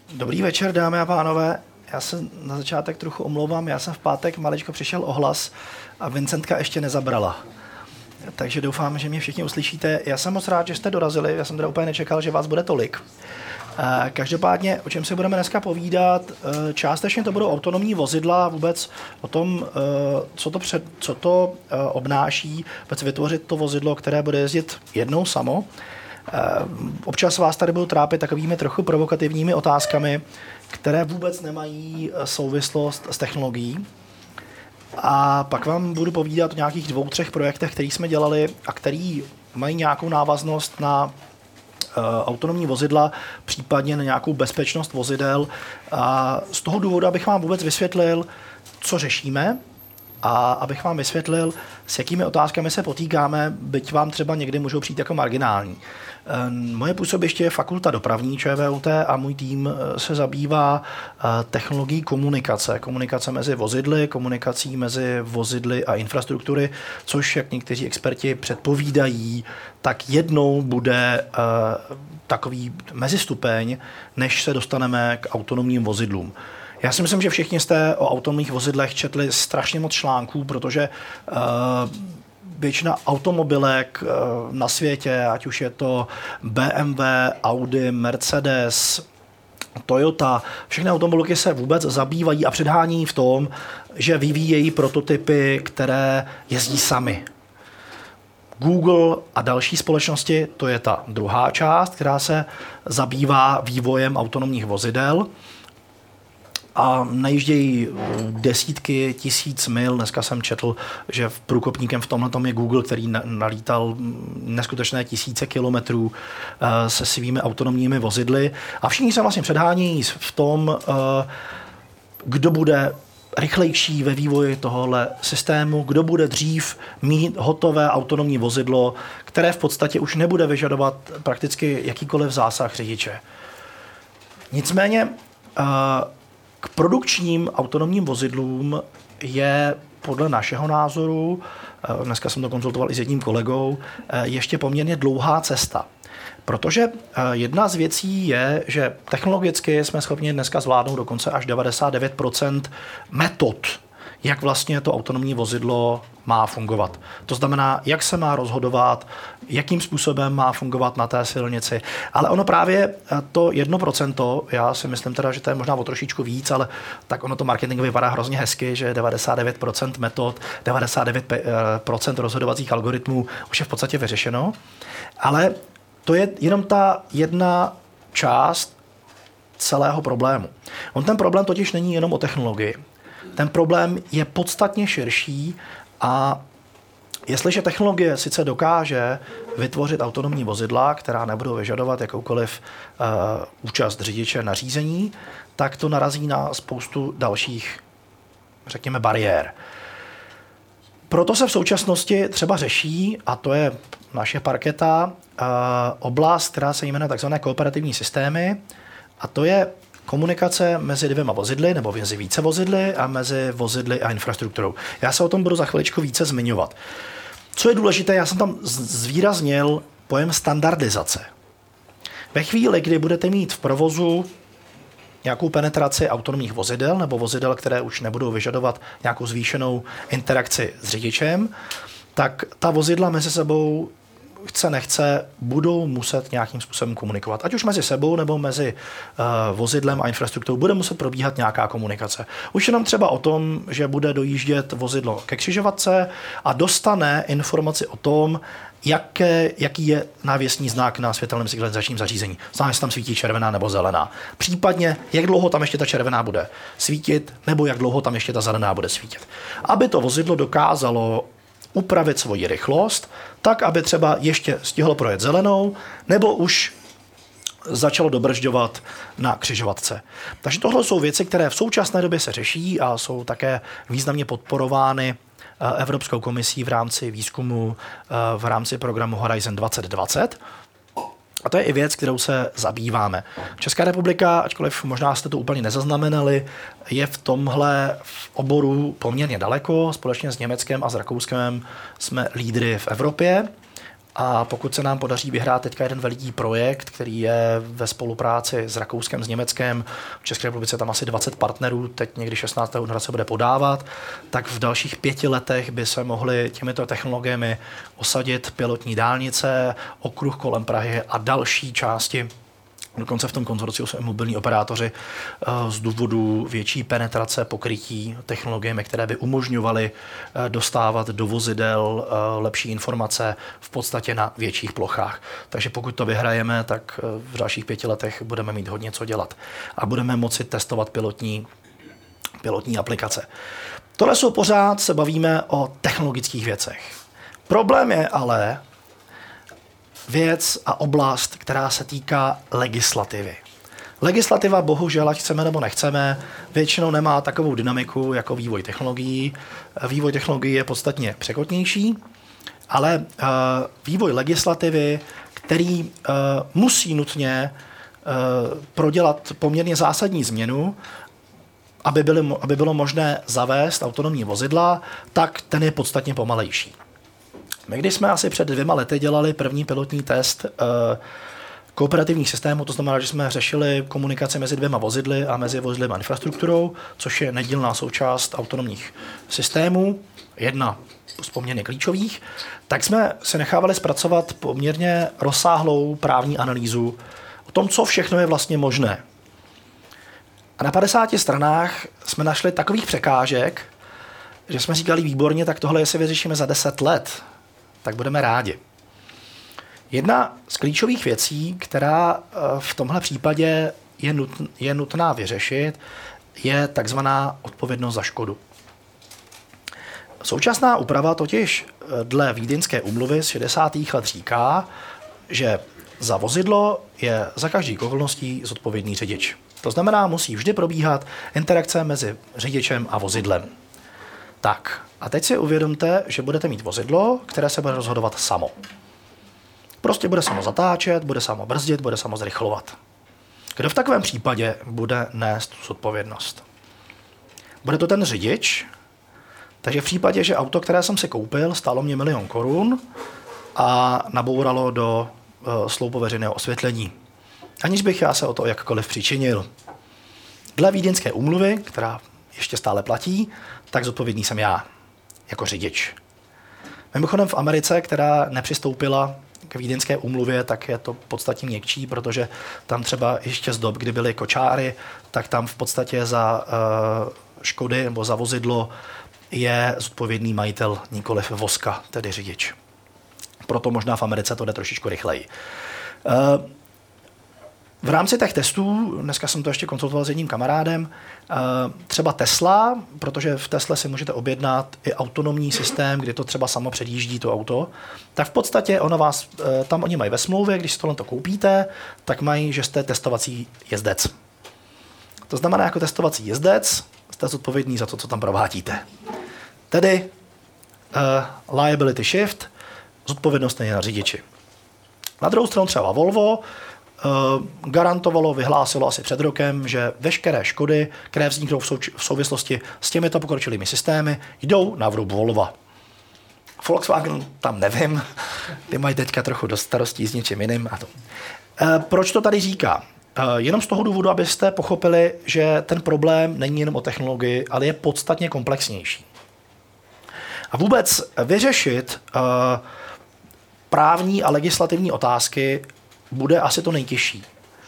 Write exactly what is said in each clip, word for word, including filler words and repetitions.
Dobrý večer, dámy a pánové. Já se na začátek trochu omlouvám, já jsem v pátek maličko přišel o hlas a Vincentka ještě nezabrala. Takže doufám, že mě všichni uslyšíte. Já jsem moc rád, že jste dorazili, já jsem teda úplně nečekal, že vás bude tolik. Každopádně, o čem si budeme dneska povídat, částečně to budou autonomní vozidla, vůbec o tom, co to, před, co to obnáší, vůbec vytvořit to vozidlo, které bude jezdit jednou samo. Občas vás tady budu trápit takovými trochu provokativními otázkami, které vůbec nemají souvislost s technologií. A pak vám budu povídat o nějakých dvou, třech projektech, které jsme dělali a který mají nějakou návaznost na uh, autonomní vozidla, případně na nějakou bezpečnost vozidel. A z toho důvodu, abych vám vůbec vysvětlil, co řešíme, a abych vám vysvětlil, s jakými otázkami se potýkáme, byť vám třeba někdy můžou přijít jako marginální. Moje působiště je fakulta dopravní ČVUT a můj tým se zabývá technologií komunikace. Komunikace mezi vozidly, komunikací mezi vozidly a infrastruktury, což, jak někteří experti předpovídají, tak jednou bude takový mezistupeň, než se dostaneme k autonomním vozidlům. Já si myslím, že všichni jste o autonomních vozidlech četli strašně moc článků, protože uh, většina automobilek uh, na světě, ať už je to bé em vé, Audi, Mercedes, Toyota, všechny automobilky se vůbec zabývají a předhání v tom, že vyvíjejí prototypy, které jezdí sami. Google a další společnosti, to je ta druhá část, která se zabývá vývojem autonomních vozidel. A najíždějí desítky tisíc mil. Dneska jsem četl, že v průkopníkem v tomhletom je Google, který nalítal neskutečné tisíce kilometrů se svými autonomními vozidly. A všichni se vlastně předhání v tom, kdo bude rychlejší ve vývoji tohohle systému, kdo bude dřív mít hotové autonomní vozidlo, které v podstatě už nebude vyžadovat prakticky jakýkoliv zásah řidiče. Nicméně k produkčním autonomním vozidlům je podle našeho názoru, dneska jsem to konzultoval i s jedním kolegou, ještě poměrně dlouhá cesta. Protože jedna z věcí je, že technologicky jsme schopni dneska zvládnout dokonce až devadesát devět procent metod, jak vlastně to autonomní vozidlo má fungovat. To znamená, jak se má rozhodovat, jakým způsobem má fungovat na té silnici. Ale ono právě to jedno procento, já si myslím teda, že to je možná o trošičku víc, ale tak ono to marketingově vypadá hrozně hezky, že devadesát devět procent metod, devadesát devět procent rozhodovacích algoritmů už je v podstatě vyřešeno. Ale to je jenom ta jedna část celého problému. On ten problém totiž není jenom o technologii. Ten problém je podstatně širší a jestliže technologie sice dokáže vytvořit autonomní vozidla, která nebudou vyžadovat jakoukoliv uh, účast řidiče na řízení, tak to narazí na spoustu dalších, řekněme, bariér. Proto se v současnosti třeba řeší, a to je naše parketa, uh, oblast, která se jmenuje tzv. Kooperativní systémy, a to je komunikace mezi dvěma vozidly nebo mezi více vozidly a mezi vozidly a infrastrukturou. Já se o tom budu za chviličku více zmiňovat. Co je důležité, já jsem tam zvýraznil pojem standardizace. Ve chvíli, kdy budete mít v provozu nějakou penetraci autonomních vozidel nebo vozidel, které už nebudou vyžadovat nějakou zvýšenou interakci s řidičem, tak ta vozidla mezi sebou chce, nechce, budou muset nějakým způsobem komunikovat. Ať už mezi sebou nebo mezi uh, vozidlem a infrastrukturou bude muset probíhat nějaká komunikace. Už jenom třeba o tom, že bude dojíždět vozidlo ke křižovatce a dostane informaci o tom, jaké, jaký je návěsní znak na světelném signalizačním zařízení. Znamená, jestli tam svítí červená nebo zelená. Případně, jak dlouho tam ještě ta červená bude svítit, nebo jak dlouho tam ještě ta zelená bude svítit. Aby to vozidlo dokázalo upravit svoji rychlost, tak, aby třeba ještě stihlo projet zelenou, nebo už začalo dobržďovat na křižovatce. Takže tohle jsou věci, které v současné době se řeší a jsou také významně podporovány Evropskou komisí v rámci výzkumu v rámci programu Horizon dvacet dvacet. A to je i věc, kterou se zabýváme. Česká republika, ačkoliv možná jste to úplně nezaznamenali, je v tomhle v oboru poměrně daleko. Společně s Německem a s Rakouskem jsme lídry v Evropě. A pokud se nám podaří vyhrát teďka jeden veliký projekt, který je ve spolupráci s Rakouskem, s Německem, v České republice tam asi dvacet partnerů, teď někdy šestnáctého února se bude podávat, tak v dalších pěti letech by se mohly těmito technologiemi osadit pilotní dálnice, okruh kolem Prahy a další části. Dokonce v tom konzorciu jsou mobilní operátoři z důvodu větší penetrace pokrytí technologiemi, které by umožňovaly dostávat do vozidel lepší informace v podstatě na větších plochách. Takže pokud to vyhrajeme, tak v dalších pěti letech budeme mít hodně co dělat a budeme moci testovat pilotní, pilotní aplikace. Tohle jsou pořád, se bavíme o technologických věcech. Problém je ale věc a oblast, která se týká legislativy. Legislativa, bohužel, ať chceme nebo nechceme, většinou nemá takovou dynamiku jako vývoj technologií. Vývoj technologií je podstatně překotnější, ale uh, vývoj legislativy, který uh, musí nutně uh, prodělat poměrně zásadní změnu, aby, byly, aby bylo možné zavést autonomní vozidla, tak ten je podstatně pomalejší. My, když jsme asi před dvěma lety dělali první pilotní test uh, kooperativních systémů, to znamená, že jsme řešili komunikaci mezi dvěma vozidly a mezi vozidlem a infrastrukturou, což je nedílná součást autonomních systémů, jedna z poměrně klíčových, tak jsme se nechávali zpracovat poměrně rozsáhlou právní analýzu o tom, co všechno je vlastně možné. A na padesáti stranách jsme našli takových překážek, že jsme říkali výborně, tak tohle, jestli vyřešíme za deset let, tak budeme rádi. Jedna z klíčových věcí, která v tomhle případě je, nutn, je nutná vyřešit, je takzvaná odpovědnost za škodu. Současná úprava totiž dle Vídeňské úmluvy z šedesátých let říká, že za vozidlo je za každý okolností zodpovědný řidič. To znamená, musí vždy probíhat interakce mezi řidičem a vozidlem. Tak, a teď si uvědomte, že budete mít vozidlo, které se bude rozhodovat samo. Prostě bude samo zatáčet, bude samo brzdit, bude samo zrychlovat. Kdo v takovém případě bude nést zodpovědnost? Bude to ten řidič, takže v případě, že auto, které jsem si koupil, stálo mě milion korun a nabouralo do uh, sloupu veřejného osvětlení, aniž bych já se o to jakkoliv přičinil. Dle Vídeňské úmluvy, která ještě stále platí, tak zodpovědný jsem já, jako řidič. Mimochodem v Americe, která nepřistoupila k Vídeňské úmluvě, tak je to podstatně měkčí, protože tam třeba ještě z dob, kdy byly kočáry, tak tam v podstatě za uh, škody nebo za vozidlo je zodpovědný majitel, nikoliv vozka, tedy řidič. Proto možná v Americe to jde trošičku rychleji. Uh, V rámci těch testů, dneska jsem to ještě konzultoval s jedním kamarádem, třeba Tesla, protože v Tesle si můžete objednat i autonomní systém, kdy to třeba samo předjíždí to auto, tak v podstatě ono vás, tam oni mají ve smlouvě, když si tohle to koupíte, tak mají, že jste testovací jezdec. To znamená, jako testovací jezdec jste zodpovědný za to, co tam provádíte. Tedy uh, liability shift, zodpovědnost je na řidiči. Na druhou stranu třeba Volvo garantovalo, vyhlásilo asi před rokem, že veškeré škody, které vzniknou v, souč- v souvislosti s těmito pokročilými systémy, jdou na vrub Volva. Volkswagen tam nevím, ty mají teďka trochu dost starostí s něčím jiným. A to. E, proč to tady říká? E, jenom z toho důvodu, abyste pochopili, že ten problém není jenom o technologii, ale je podstatně komplexnější. A vůbec vyřešit e, právní a legislativní otázky bude asi to nejtěžší.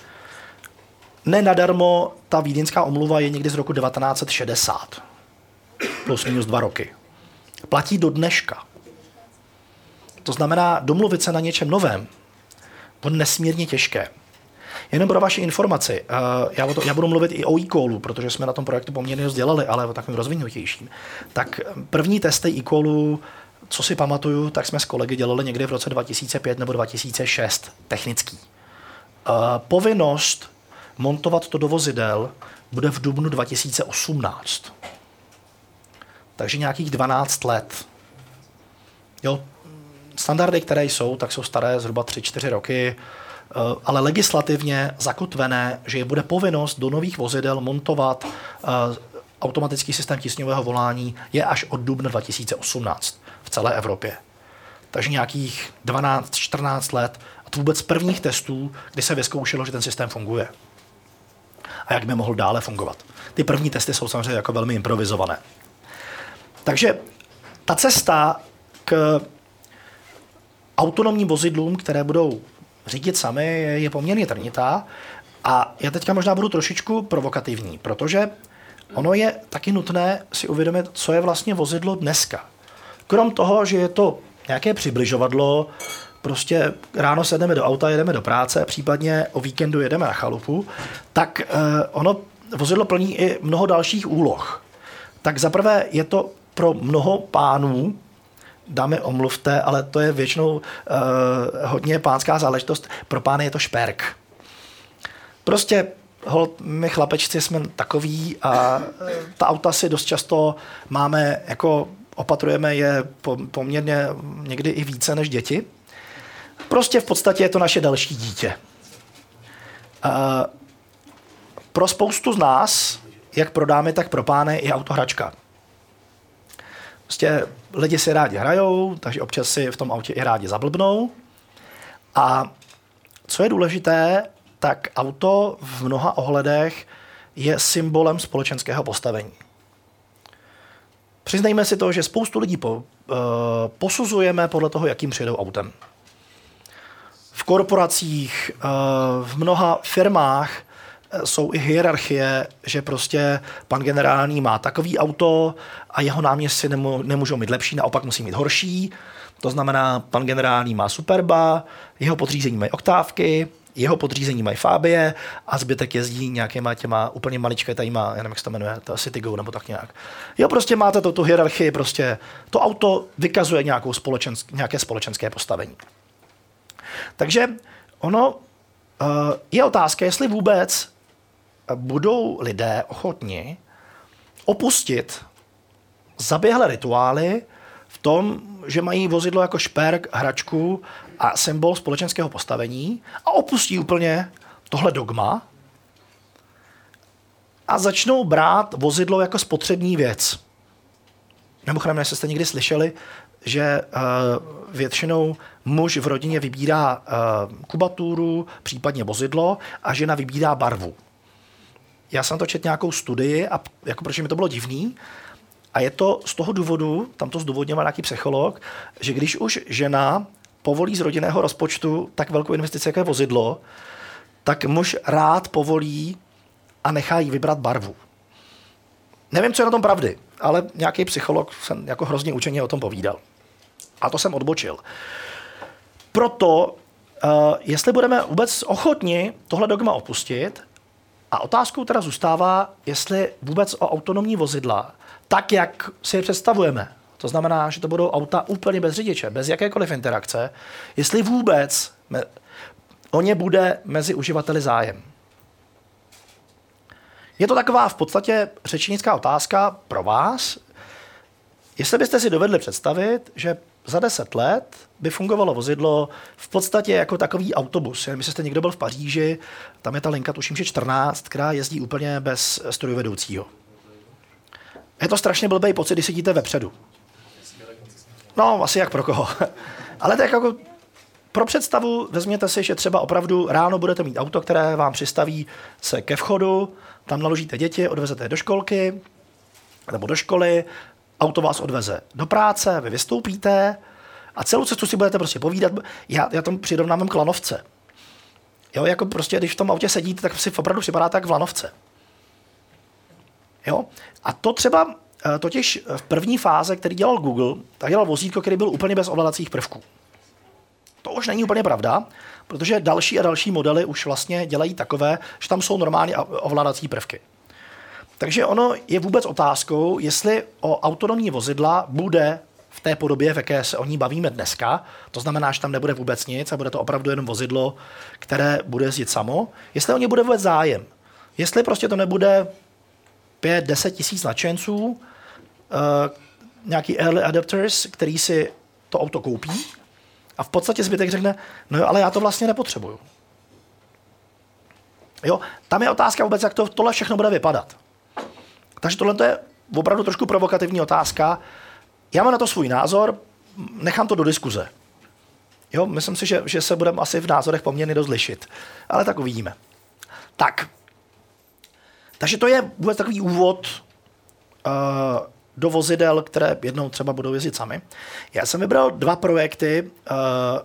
Nenadarmo ta Vídeňská úmluva je někdy z roku devatenáct set šedesát. Plus minus dva roky. Platí do dneška. To znamená, domluvit se na něčem novém bude nesmírně těžké. Jenom pro vaši informaci, já, to, já budu mluvit i o e-callu, protože jsme na tom projektu poměrně dost dělali, ale o takovým rozvinutějším. Tak první testy e-callu, co si pamatuju, tak jsme s kolegy dělali někdy v roce dva tisíce pět nebo dva tisíce šest, technický. Uh, povinnost montovat to do vozidel bude v dubnu dva tisíce osmnáct. Takže nějakých dvanáct let. Jo, standardy, které jsou, tak jsou staré zhruba tři čtyři roky, uh, ale legislativně zakotvené, že je bude povinnost do nových vozidel montovat uh, automatický systém tísňového volání, je až od dubna dva tisíce osmnáct v celé Evropě. takže nějakých dvanáct čtrnáct let od vůbec prvních testů, kdy se vyzkoušelo, že ten systém funguje. A jak by mohl dále fungovat. Ty první testy jsou samozřejmě jako velmi improvizované. Takže ta cesta k autonomním vozidlům, které budou řídit sami, je poměrně trnitá. A já teďka možná budu trošičku provokativní, protože ono je taky nutné si uvědomit, co je vlastně vozidlo dneska. Krom toho, že je to nějaké přibližovadlo, prostě ráno sedneme do auta, jedeme do práce, případně o víkendu jedeme na chalupu, tak eh, ono vozidlo plní i mnoho dalších úloh. Tak zaprvé je to pro mnoho pánů, dámy omluvte, ale to je většinou eh, hodně pánská záležitost, pro pány je to šperk. Prostě holt, my chlapečci jsme takový a ta auta si dost často máme, jako opatrujeme je poměrně někdy i více než děti. Prostě v podstatě je to naše další dítě. A pro spoustu z nás, jak pro dámy, tak pro pány, je auto hračka. Prostě lidi si rádi hrajou, takže občas si v tom autě i rádi zablbnou. A co je důležité, tak auto v mnoha ohledech je symbolem společenského postavení. Přiznejme si to, že spoustu lidí po, uh, posuzujeme podle toho, jakým přijedou autem. V korporacích, uh, v mnoha firmách uh, jsou i hierarchie, že prostě pan generální má takový auto a jeho náměstci nemů- nemůžou mít lepší, naopak musí mít horší. To znamená, pan generální má Superba, jeho podřízení mají Oktávky, jeho podřízení mají Fabie a zbytek jezdí nějakýma těma úplně maličkatýma, já nevím, jak se to jmenuje, to Citigo nebo tak nějak. Jo, prostě máte to, tu hierarchii, prostě to auto vykazuje nějakou společensk, nějaké společenské postavení. Takže ono uh, je otázka, jestli vůbec budou lidé ochotni opustit zaběhlé rituály v tom, že mají vozidlo jako šperk, hračku a symbol společenského postavení a opustí úplně tohle dogma a začnou brát vozidlo jako spotřební věc. Mimochodem, jestli jste někdy slyšeli, že uh, většinou muž v rodině vybírá uh, kubaturu, případně vozidlo a žena vybírá barvu. Já jsem to četl nějakou studii a jako proč mi to bylo divný, a je to z toho důvodu, tam to zdůvodňoval nějaký psycholog, že když už žena povolí z rodinného rozpočtu tak velkou investici, jako je vozidlo, tak muž rád povolí a nechá jí vybrat barvu. Nevím, co je na tom pravdy, ale nějaký psycholog jsem jako hrozně učeně o tom povídal. A to jsem odbočil. Proto, uh, jestli budeme vůbec ochotni tohle dogma opustit, a otázkou teda zůstává, jestli vůbec o autonomní vozidla, tak jak si je představujeme, to znamená, že to budou auta úplně bez řidiče, bez jakékoliv interakce, jestli vůbec me, o ně bude mezi uživateli zájem. Je to taková v podstatě řečnická otázka pro vás, jestli byste si dovedli představit, že za deset let by fungovalo vozidlo v podstatě jako takový autobus. Nevím, jestli jste někdo byl v Paříži, tam je ta linka, tuším, že čtrnáct, která jezdí úplně bez strojvedoucího. Je to strašně blbý pocit, když sedíte vepředu. No, asi jak pro koho. Ale tak jako pro představu vezměte si, že třeba opravdu ráno budete mít auto, které vám přistaví se ke vchodu, tam naložíte děti, odvezete je do školky nebo do školy, auto vás odveze do práce, vy vystoupíte a celou cestu si budete prostě povídat. Já, já tomu přirovnávám k lanovce. Jo, jako prostě, když v tom autě sedíte, tak si opravdu připadáte jak v lanovce. Jo? A to třeba totiž v první fáze, který dělal Google, tak dělal vozítko, který byl úplně bez ovládacích prvků. To už není úplně pravda, protože další a další modely už vlastně dělají takové, že tam jsou normální ovládací prvky. Takže ono je vůbec otázkou, jestli o autonomní vozidla bude v té podobě, v jaké se o ní bavíme dneska, to znamená, že tam nebude vůbec nic a bude to opravdu jenom vozidlo, které bude jezdit samo, jestli o ně bude vůbec zájem. Jestli prostě to nebude pět, deset tisíc nadšenců, uh, nějaký early adopters, který si to auto koupí a v podstatě zbytek řekne, no jo, ale já to vlastně nepotřebuju. Jo, tam je otázka vůbec, jak to, tohle všechno bude vypadat. Takže tohle je opravdu trošku provokativní otázka. Já mám na to svůj názor, nechám to do diskuze. Jo, myslím si, že, že se budeme asi v názorech poměrně dost lišit. Ale tak uvidíme. Tak. Takže to je vůbec takový úvod uh, do vozidel, které jednou třeba budou jezdit sami. Já jsem vybral dva projekty, uh,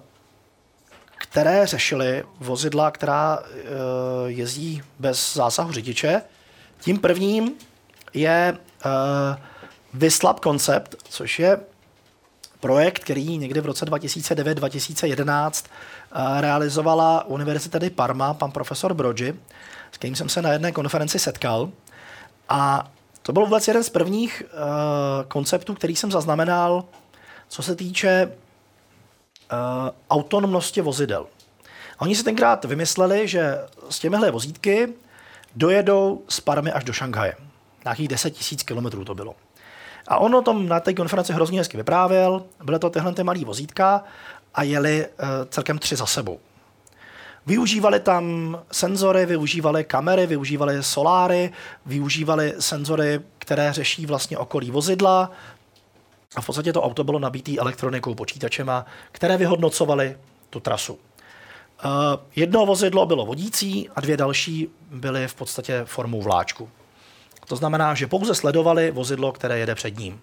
které řešily vozidla, která uh, jezdí bez zásahu řidiče. Tím prvním je uh, Vyslab Concept, což je projekt, který někdy v roce dva tisíce devět dva tisíce jedenáct uh, realizovala Univerzita di Parma, pan profesor Brogi, s kterým jsem se na jedné konferenci setkal. A to byl vůbec jeden z prvních uh, konceptů, který jsem zaznamenal, co se týče uh, autonomnosti vozidel. A oni si tenkrát vymysleli, že s těmihle vozítky dojedou z Parmy až do Šanghaje. Nějakých deset tisíc kilometrů to bylo. A on o tom na té konferenci hrozně hezky vyprávěl. Byly to tyhle ty malý vozítka a jeli uh, celkem tři za sebou. Využívali tam senzory, využívali kamery, využívali soláry, využívali senzory, které řeší vlastně okolí vozidla. A v podstatě to auto bylo nabité elektronikou, počítačema, které vyhodnocovaly tu trasu. Uh, jedno vozidlo bylo vodící a dvě další byly v podstatě formou vláčku. To znamená, že pouze sledovali vozidlo, které jede před ním.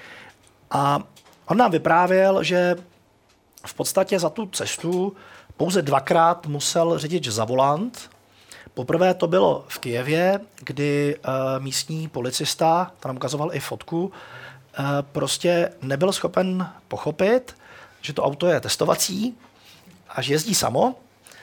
A on nám vyprávěl, že v podstatě za tu cestu pouze dvakrát musel řidič za volant. Poprvé to bylo v Kyjevě, kdy uh, místní policista, tam ukazoval i fotku, uh, prostě nebyl schopen pochopit, že to auto je testovací a že jezdí samo.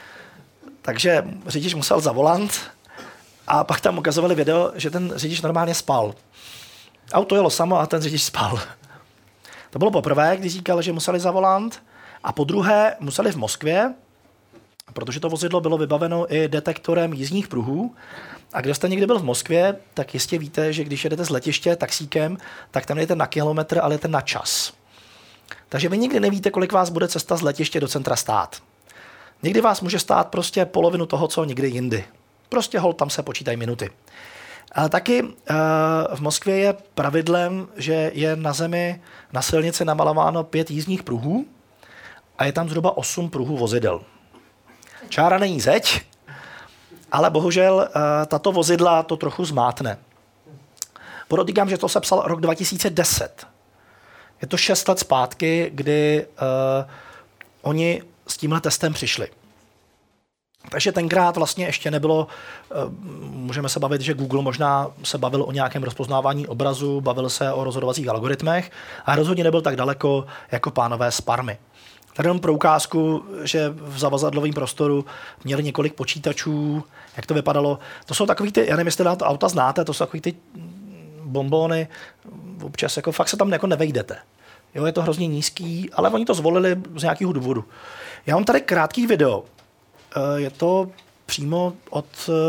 Takže řidič musel za volant a pak tam ukazovali video, že ten řidič normálně spal. Auto jelo samo a ten řidič spal. To bylo poprvé, kdy říkal, že museli za volant. A po druhé museli v Moskvě, protože to vozidlo bylo vybaveno i detektorem jízdních pruhů. A kdo jste někdy byl v Moskvě, tak jistě víte, že když jedete z letiště taxíkem, tak tam jdete na kilometr, ale jdete na čas. Takže vy nikdy nevíte, kolik vás bude cesta z letiště do centra stát. Někdy vás může stát prostě polovinu toho, co někdy jindy. Prostě hol, tam se počítají minuty. Ale taky uh, v Moskvě je pravidlem, že je na zemi na silnici namalováno pět jízdních pruhů a je tam zhruba osm pruhů vozidel. Čára není zeď, ale bohužel uh, tato vozidla to trochu zmátne. Podotýkám, že to se psal rok dva tisíce deset. Je to šest let zpátky, kdy uh, oni s tímhle testem přišli. Takže tenkrát vlastně ještě nebylo, můžeme se bavit, že Google možná se bavil o nějakém rozpoznávání obrazu, bavil se o rozhodovacích algoritmech a rozhodně nebyl tak daleko jako pánové z Parmy. Tady mám pro ukázku, že v zavazadlovém prostoru měli několik počítačů, jak to vypadalo. To jsou takový ty, já nevím, jestli to auta znáte, to jsou takový ty bonbony, občas jako fakt se tam jako nevejdete. Jo, je to hrozně nízký, ale oni to zvolili z nějakého důvodu. Já mám tady krátký video. Je to přímo od,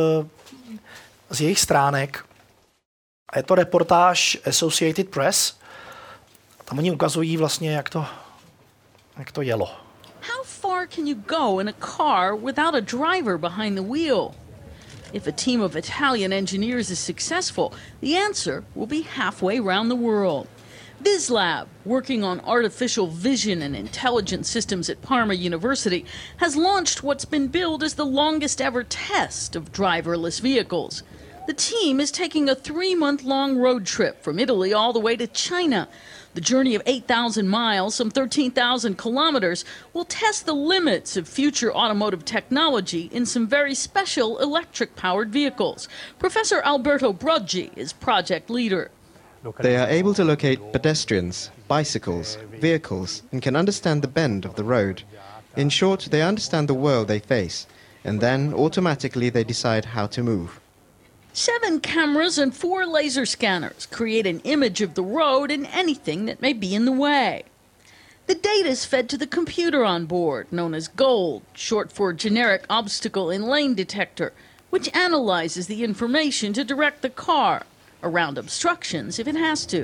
z jejich stránek. A je to reportáž Associated Press. Tam oni ukazují vlastně, jak to, jak to jelo. How far can you go in a car without a driver behind the wheel? If a team of Italian engineers is successful, the answer will be halfway around the world. Vyslab, working on artificial vision and intelligence systems at Parma University, has launched what's been billed as the longest ever test of driverless vehicles. The team is taking a three-month-long road trip from Italy all the way to China. The journey of eight thousand miles, some thirteen thousand kilometers, will test the limits of future automotive technology in some very special electric-powered vehicles. Professor Alberto Broggi is project leader. They are able to locate pedestrians, bicycles, vehicles, and can understand the bend of the road. In short, they understand the world they face, and then automatically they decide how to move. Seven cameras and four laser scanners create an image of the road and anything that may be in the way. The data is fed to the computer on board, known as GOLD, short for Generic Obstacle and Lane Detector, which analyzes the information to direct the car around obstructions if it has to.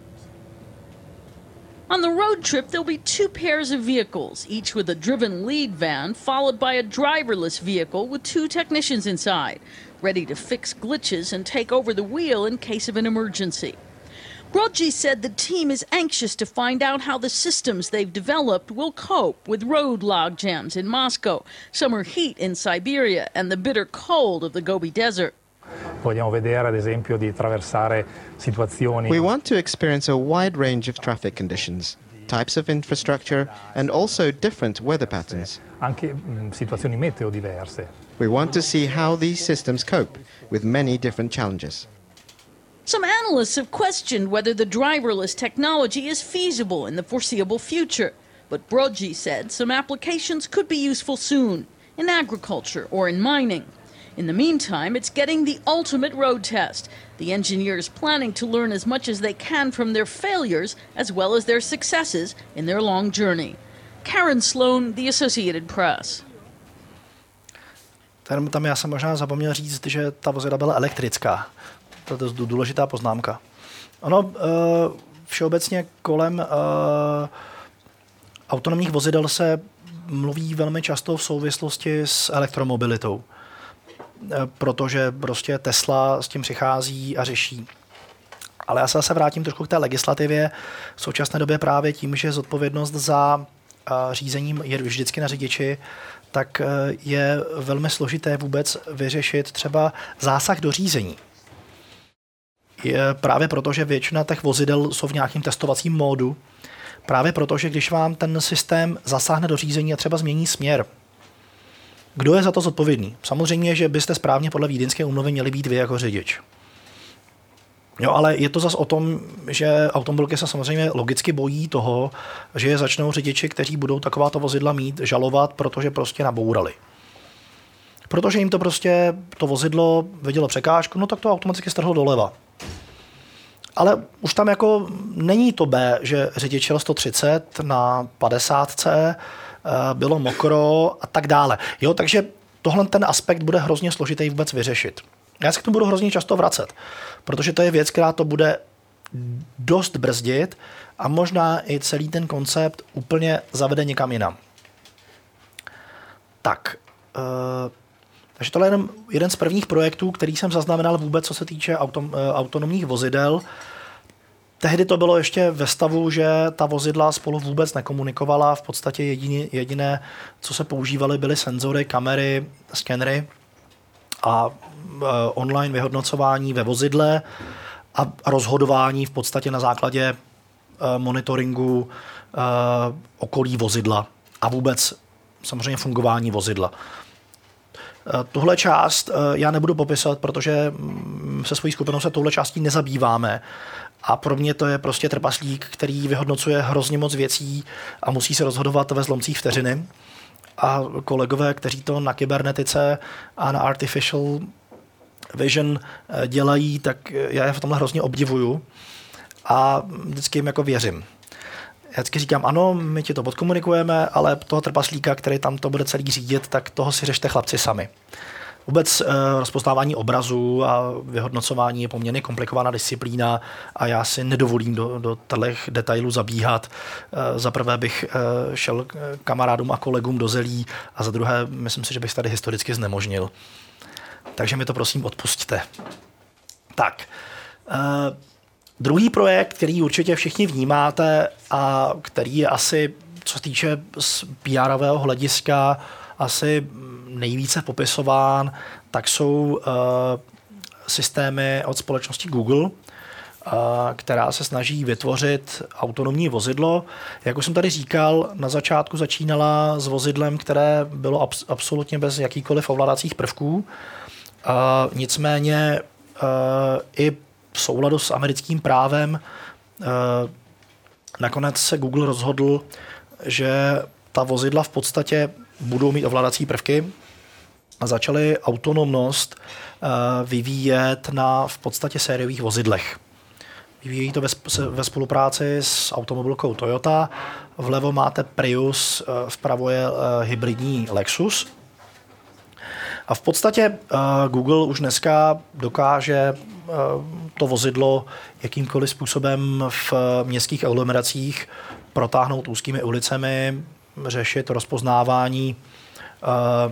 On the road trip, there'll be two pairs of vehicles, each with a driven lead van, followed by a driverless vehicle with two technicians inside, ready to fix glitches and take over the wheel in case of an emergency. Brogy said the team is anxious to find out how the systems they've developed will cope with road log jams in Moscow, summer heat in Siberia, and the bitter cold of the Gobi Desert. Vogliamo vedere, ad esempio, di attraversare situazioni. We want to experience a wide range of traffic conditions, types of infrastructure, and also different weather patterns. Anche mh, situazioni meteo diverse. We want to see how these systems cope with many different challenges. Some analysts have questioned whether the driverless technology is feasible in the foreseeable future. But Brogy said some applications could be useful soon, in agriculture or in mining. In the meantime, it's getting the ultimate road test. The engineers planning to learn as much as they can from their failures as well as their successes in their long journey. Karen Sloan, The Associated Press. Tam, tam já jsem možná zapomněl říct, že ta vozidla byla elektrická. To je důležitá poznámka. Ono uh, všeobecně kolem uh, autonomních vozidel se mluví velmi často v souvislosti s elektromobilitou, uh, protože prostě Tesla s tím přichází a řeší. Ale já se zase vrátím trošku k té legislativě. V současné době právě tím, že zodpovědnost za uh, řízením je vždycky na řidiči, tak uh, je velmi složité vůbec vyřešit třeba zásah do řízení. Je právě proto, že většina těch vozidel jsou v nějakém testovacím módu. Právě proto, že když vám ten systém zasáhne do řízení a třeba změní směr, kdo je za to zodpovědný? Samozřejmě, že byste správně podle Vídeňské úmluvy měli být vy jako řidič. Jo, ale je to zase o tom, že automobilky se samozřejmě logicky bojí toho, že je začnou řidiči, kteří budou takováto vozidla mít, žalovat, protože prostě nabourali. Protože jim to prostě, to vozidlo vidělo překážku, no tak to automaticky strhlo doleva. Ale už tam jako není to B, že řidič jel sto třicet na padesát, bylo mokro a tak dále. Jo, takže tohle ten aspekt bude hrozně složitý vůbec vyřešit. Já se k tomu budu hrozně často vracet, protože to je věc, která to bude dost brzdit a možná i celý ten koncept úplně zavede někam jinam. Tak, uh, takže tohle je jenom jeden z prvních projektů, který jsem zaznamenal vůbec, co se týče autom, autonomních vozidel. Tehdy to bylo ještě ve stavu, že ta vozidla spolu vůbec nekomunikovala. V podstatě jediné, jediné co se používaly, byly senzory, kamery, skenery a e, online vyhodnocování ve vozidle a rozhodování v podstatě na základě e, monitoringu e, okolí vozidla a vůbec samozřejmě fungování vozidla. Tuhle část já nebudu popisovat, protože se svojí skupinou se touhle částí nezabýváme. A pro mě to je prostě trpaslík, který vyhodnocuje hrozně moc věcí a musí se rozhodovat ve zlomcích vteřiny. A kolegové, kteří to na kybernetice a na artificial vision dělají, tak já je v tomhle hrozně obdivuju a vždycky jim jako věřím. Já vždycky říkám, ano, my ti to podkomunikujeme, ale toho trpaslíka, který tam to bude celý řídit, tak toho si řešte chlapci sami. Vůbec eh, rozpoznávání obrazu a vyhodnocování je poměrně komplikovaná disciplína a já si nedovolím do, do těch detailů zabíhat. Eh, za prvé bych eh, šel kamarádům a kolegům do zelí a za druhé myslím si, že bych tady historicky znemožnil. Takže mi to prosím odpusťte. Tak, eh, druhý projekt, který určitě všichni vnímáte a který je asi, co se týče z P R ového hlediska, asi nejvíce popisován, tak jsou uh, systémy od společnosti Google, uh, která se snaží vytvořit autonomní vozidlo. Jak už jsem tady říkal, na začátku začínala s vozidlem, které bylo abs- absolutně bez jakýchkoliv ovládacích prvků. Uh, nicméně uh, i v souladu s americkým právem uh, nakonec se Google rozhodl, že ta vozidla v podstatě budou mít ovládací prvky a začali autonomnost uh, vyvíjet na v podstatě sériových vozidlech. Vyvíjejí to ve, ve spolupráci s automobilkou Toyota. Vlevo máte Prius, uh, vpravo je uh, hybridní Lexus. A v podstatě uh, Google už dneska dokáže uh, to vozidlo jakýmkoliv způsobem v městských aglomeracích protáhnout úzkými ulicemi, řešit rozpoznávání uh,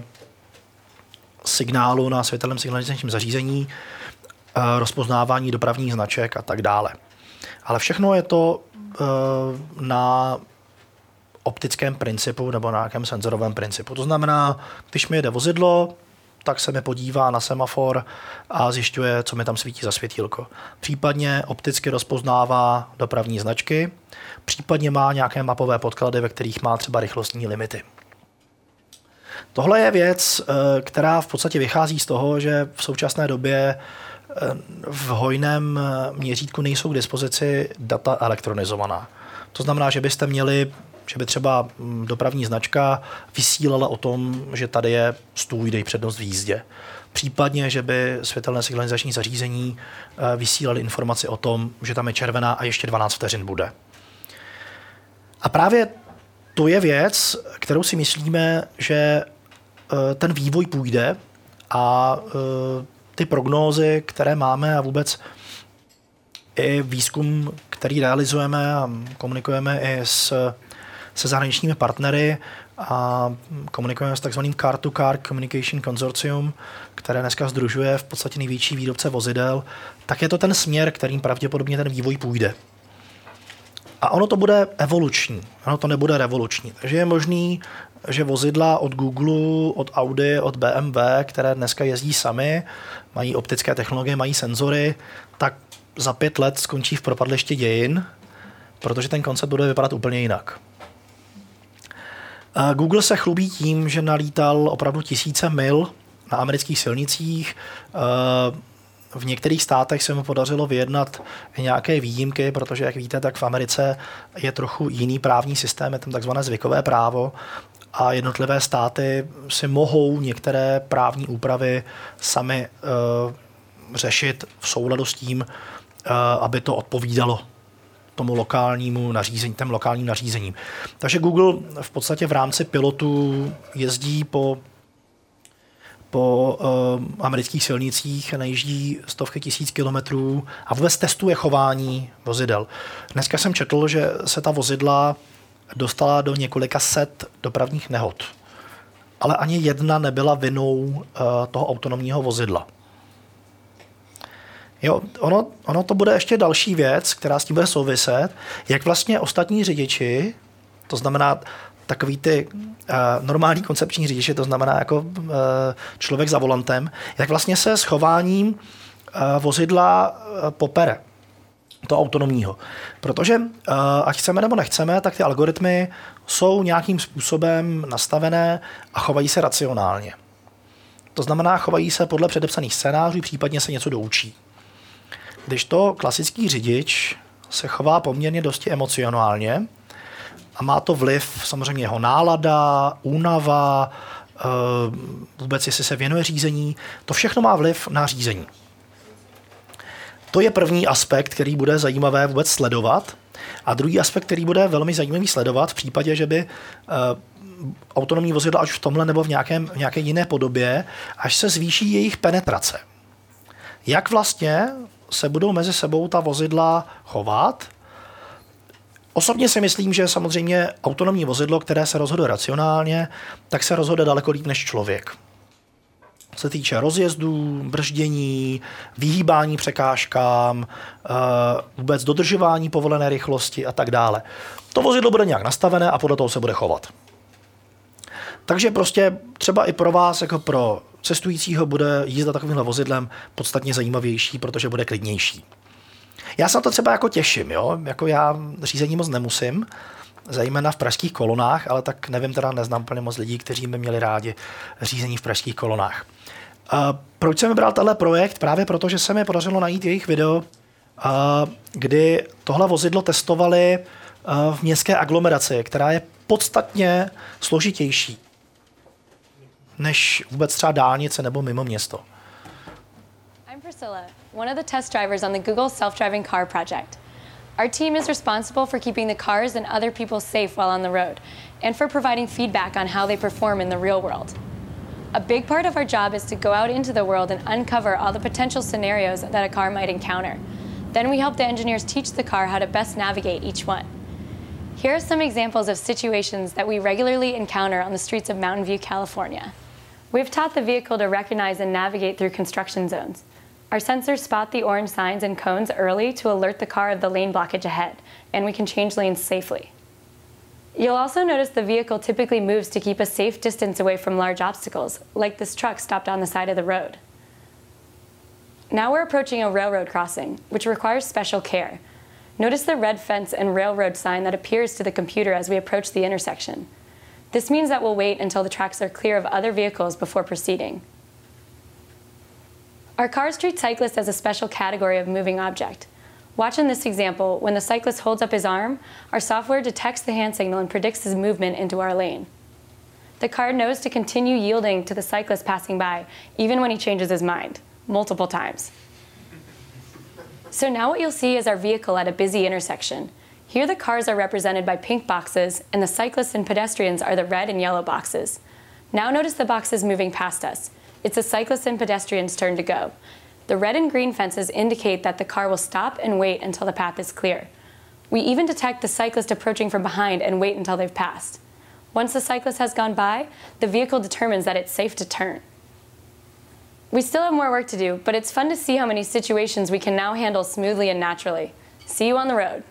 signálu na světelném signalizačním zařízení, uh, rozpoznávání dopravních značek a tak dále. Ale všechno je to uh, na optickém principu nebo na nějakém senzorovém principu. To znamená, když mi jede vozidlo, tak se mi podívá na semafor a zjišťuje, co mi tam svítí za světýlko. Případně opticky rozpoznává dopravní značky, případně má nějaké mapové podklady, ve kterých má třeba rychlostní limity. Tohle je věc, která v podstatě vychází z toho, že v současné době v hojném měřítku nejsou k dispozici data elektronizovaná. To znamená, že byste měli, že by třeba dopravní značka vysílala o tom, že tady je stůj, dej přednost v jízdě. Případně, že by světelné signalizační zařízení vysílali informaci o tom, že tam je červená a ještě dvanáct vteřin bude. A právě to je věc, kterou si myslíme, že ten vývoj půjde a ty prognózy, které máme a vůbec i výzkum, který realizujeme a komunikujeme i s, se zahraničními partnery a komunikujeme s takzvaným Car-to-Car Communication Consortium, které dneska sdružuje v podstatě největší výrobce vozidel, tak je to ten směr, kterým pravděpodobně ten vývoj půjde. A ono to bude evoluční, ono to nebude revoluční. Takže je možný, že vozidla od Google, od Audi, od B M W, které dneska jezdí sami, mají optické technologie, mají senzory, tak za pět let skončí v propadlišti dějin, protože ten koncept bude vypadat úplně jinak. Google se chlubí tím, že nalítal opravdu tisíce mil na amerických silnicích. V některých státech se mu podařilo vyjednat nějaké výjimky, protože, jak víte, tak v Americe je trochu jiný právní systém, je tam takzvané zvykové právo a jednotlivé státy si mohou některé právní úpravy sami uh, řešit v souladu s tím, uh, aby to odpovídalo tomu lokálnímu nařízení, těm lokálním nařízením. Takže Google v podstatě v rámci pilotu jezdí po po uh, amerických silnicích, najíždí stovky tisíc kilometrů a vůbec testuje chování vozidel. Dneska jsem četl, že se ta vozidla dostala do několika set dopravních nehod. Ale ani jedna nebyla vinou uh, toho autonomního vozidla. Jo, ono, ono to bude ještě další věc, která s tím bude souviset, jak vlastně ostatní řidiči, to znamená takový ty uh, normální koncepční řidiči, to znamená jako uh, člověk za volantem, jak vlastně se s chováním uh, vozidla uh, popere, to autonomního. Protože uh, ať chceme nebo nechceme, tak ty algoritmy jsou nějakým způsobem nastavené a chovají se racionálně. To znamená, chovají se podle předepsaných scénářů, případně se něco doučí. Když to klasický řidič se chová poměrně dosti emocionálně, a má to vliv samozřejmě jeho nálada, únava, vůbec jestli se věnuje řízení. To všechno má vliv na řízení. To je první aspekt, který bude zajímavé vůbec sledovat. A druhý aspekt, který bude velmi zajímavý sledovat v případě, že by autonomní vozidla až v tomhle nebo v, nějakém, v nějaké jiné podobě, až se zvýší jejich penetrace. Jak vlastně se budou mezi sebou ta vozidla chovat? Osobně si myslím, že samozřejmě autonomní vozidlo, které se rozhoduje racionálně, tak se rozhoduje daleko líp než člověk. Co se týče rozjezdů, brždění, vyhýbání překážkám, vůbec dodržování povolené rychlosti a tak dále. To vozidlo bude nějak nastavené a podle toho se bude chovat. Takže prostě třeba i pro vás, jako pro cestujícího, bude jízda takovýmhle vozidlem podstatně zajímavější, protože bude klidnější. Já se na to třeba jako těším, jo? Jako já řízení moc nemusím, zejména v pražských kolonách, ale tak nevím, teda neznám úplně moc lidí, kteří by měli rádi řízení v pražských kolonách. A proč jsem vybral tenhle projekt? Právě proto, že se mi podařilo najít jejich video, kdy tohle vozidlo testovali v městské aglomeraci, která je podstatně složitější než vůbec třeba dálnice nebo mimo město. Priscilla, one of the test drivers on the Google self-driving car project. Our team is responsible for keeping the cars and other people safe while on the road, and for providing feedback on how they perform in the real world. A big part of our job is to go out into the world and uncover all the potential scenarios that a car might encounter. Then we help the engineers teach the car how to best navigate each one. Here are some examples of situations that we regularly encounter on the streets of Mountain View, California. We've taught the vehicle to recognize and navigate through construction zones. Our sensors spot the orange signs and cones early to alert the car of the lane blockage ahead, and we can change lanes safely. You'll also notice the vehicle typically moves to keep a safe distance away from large obstacles, like this truck stopped on the side of the road. Now we're approaching a railroad crossing, which requires special care. Notice the red fence and railroad sign that appears to the computer as we approach the intersection. This means that we'll wait until the tracks are clear of other vehicles before proceeding. Our cars treat cyclists as a special category of moving object. Watch in this example, when the cyclist holds up his arm, our software detects the hand signal and predicts his movement into our lane. The car knows to continue yielding to the cyclist passing by, even when he changes his mind, multiple times. So now what you'll see is our vehicle at a busy intersection. Here the cars are represented by pink boxes, and the cyclists and pedestrians are the red and yellow boxes. Now notice the boxes moving past us. It's the cyclists and pedestrians' turn to go. The red and green fences indicate that the car will stop and wait until the path is clear. We even detect the cyclist approaching from behind and wait until they've passed. Once the cyclist has gone by, the vehicle determines that it's safe to turn. We still have more work to do, but it's fun to see how many situations we can now handle smoothly and naturally. See you on the road.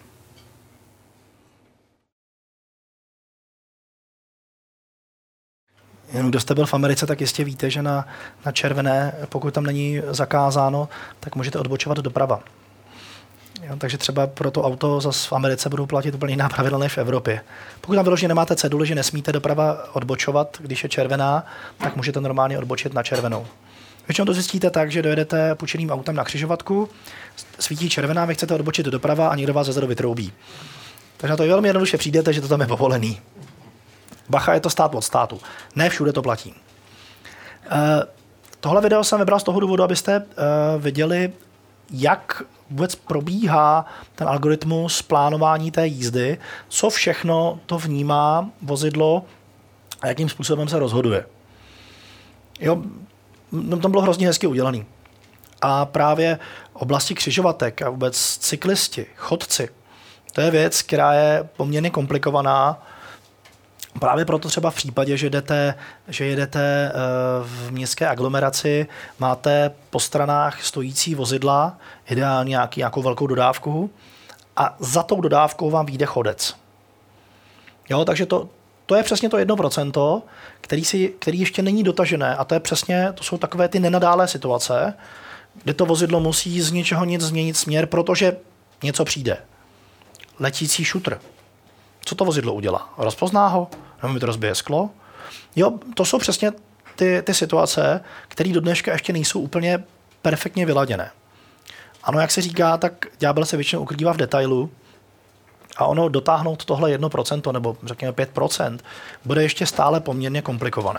Jen kdo jste byl v Americe, tak jistě víte, že na, na červené, pokud tam není zakázáno, tak můžete odbočovat doprava. Jo, takže třeba pro to auto zase v Americe budou platit úplně jiná pravidla než v Evropě. Pokud tam vyloženě nemáte ceduli, že nesmíte doprava odbočovat, když je červená, tak můžete normálně odbočit na červenou. Většinou to zjistíte tak, že dojedete půjčeným autem na křižovatku, svítí červená, vy chcete odbočit doprava a někdo vás zezadu vytroubí. Takže na to velmi jednoduše přijdete, že to tam je povolený. Bacha, je to stát od státu. Ne všude to platí. Uh, tohle video jsem vybral z toho důvodu, abyste uh, viděli, jak vůbec probíhá ten algoritmus plánování té jízdy, co všechno to vnímá vozidlo a jakým způsobem se rozhoduje. Jo, no, to bylo hrozně hezky udělaný. A právě oblasti křižovatek a vůbec cyklisti, chodci, to je věc, která je poměrně komplikovaná. Právě proto třeba v případě, že jdete, že jedete v městské aglomeraci, máte po stranách stojící vozidla, ideálně nějaký, nějakou velkou dodávku a za tou dodávkou vám vyjde chodec. Jo, takže to, to je přesně to jedno procento, který, si, který ještě není dotažené a to je přesně, to jsou takové ty nenadálé situace, kde to vozidlo musí z ničeho nic změnit směr, protože něco přijde. Letící šutr. Co to vozidlo udělá? Rozpozná ho? Nebo mi to rozbije sklo? Jo, to jsou přesně ty, ty situace, které do dneška ještě nejsou úplně perfektně vyladěné. Ano, jak se říká, tak ďábel se většinou ukrývá v detailu a ono dotáhnout tohle jedno procento nebo řekněme pět procent bude ještě stále poměrně komplikované.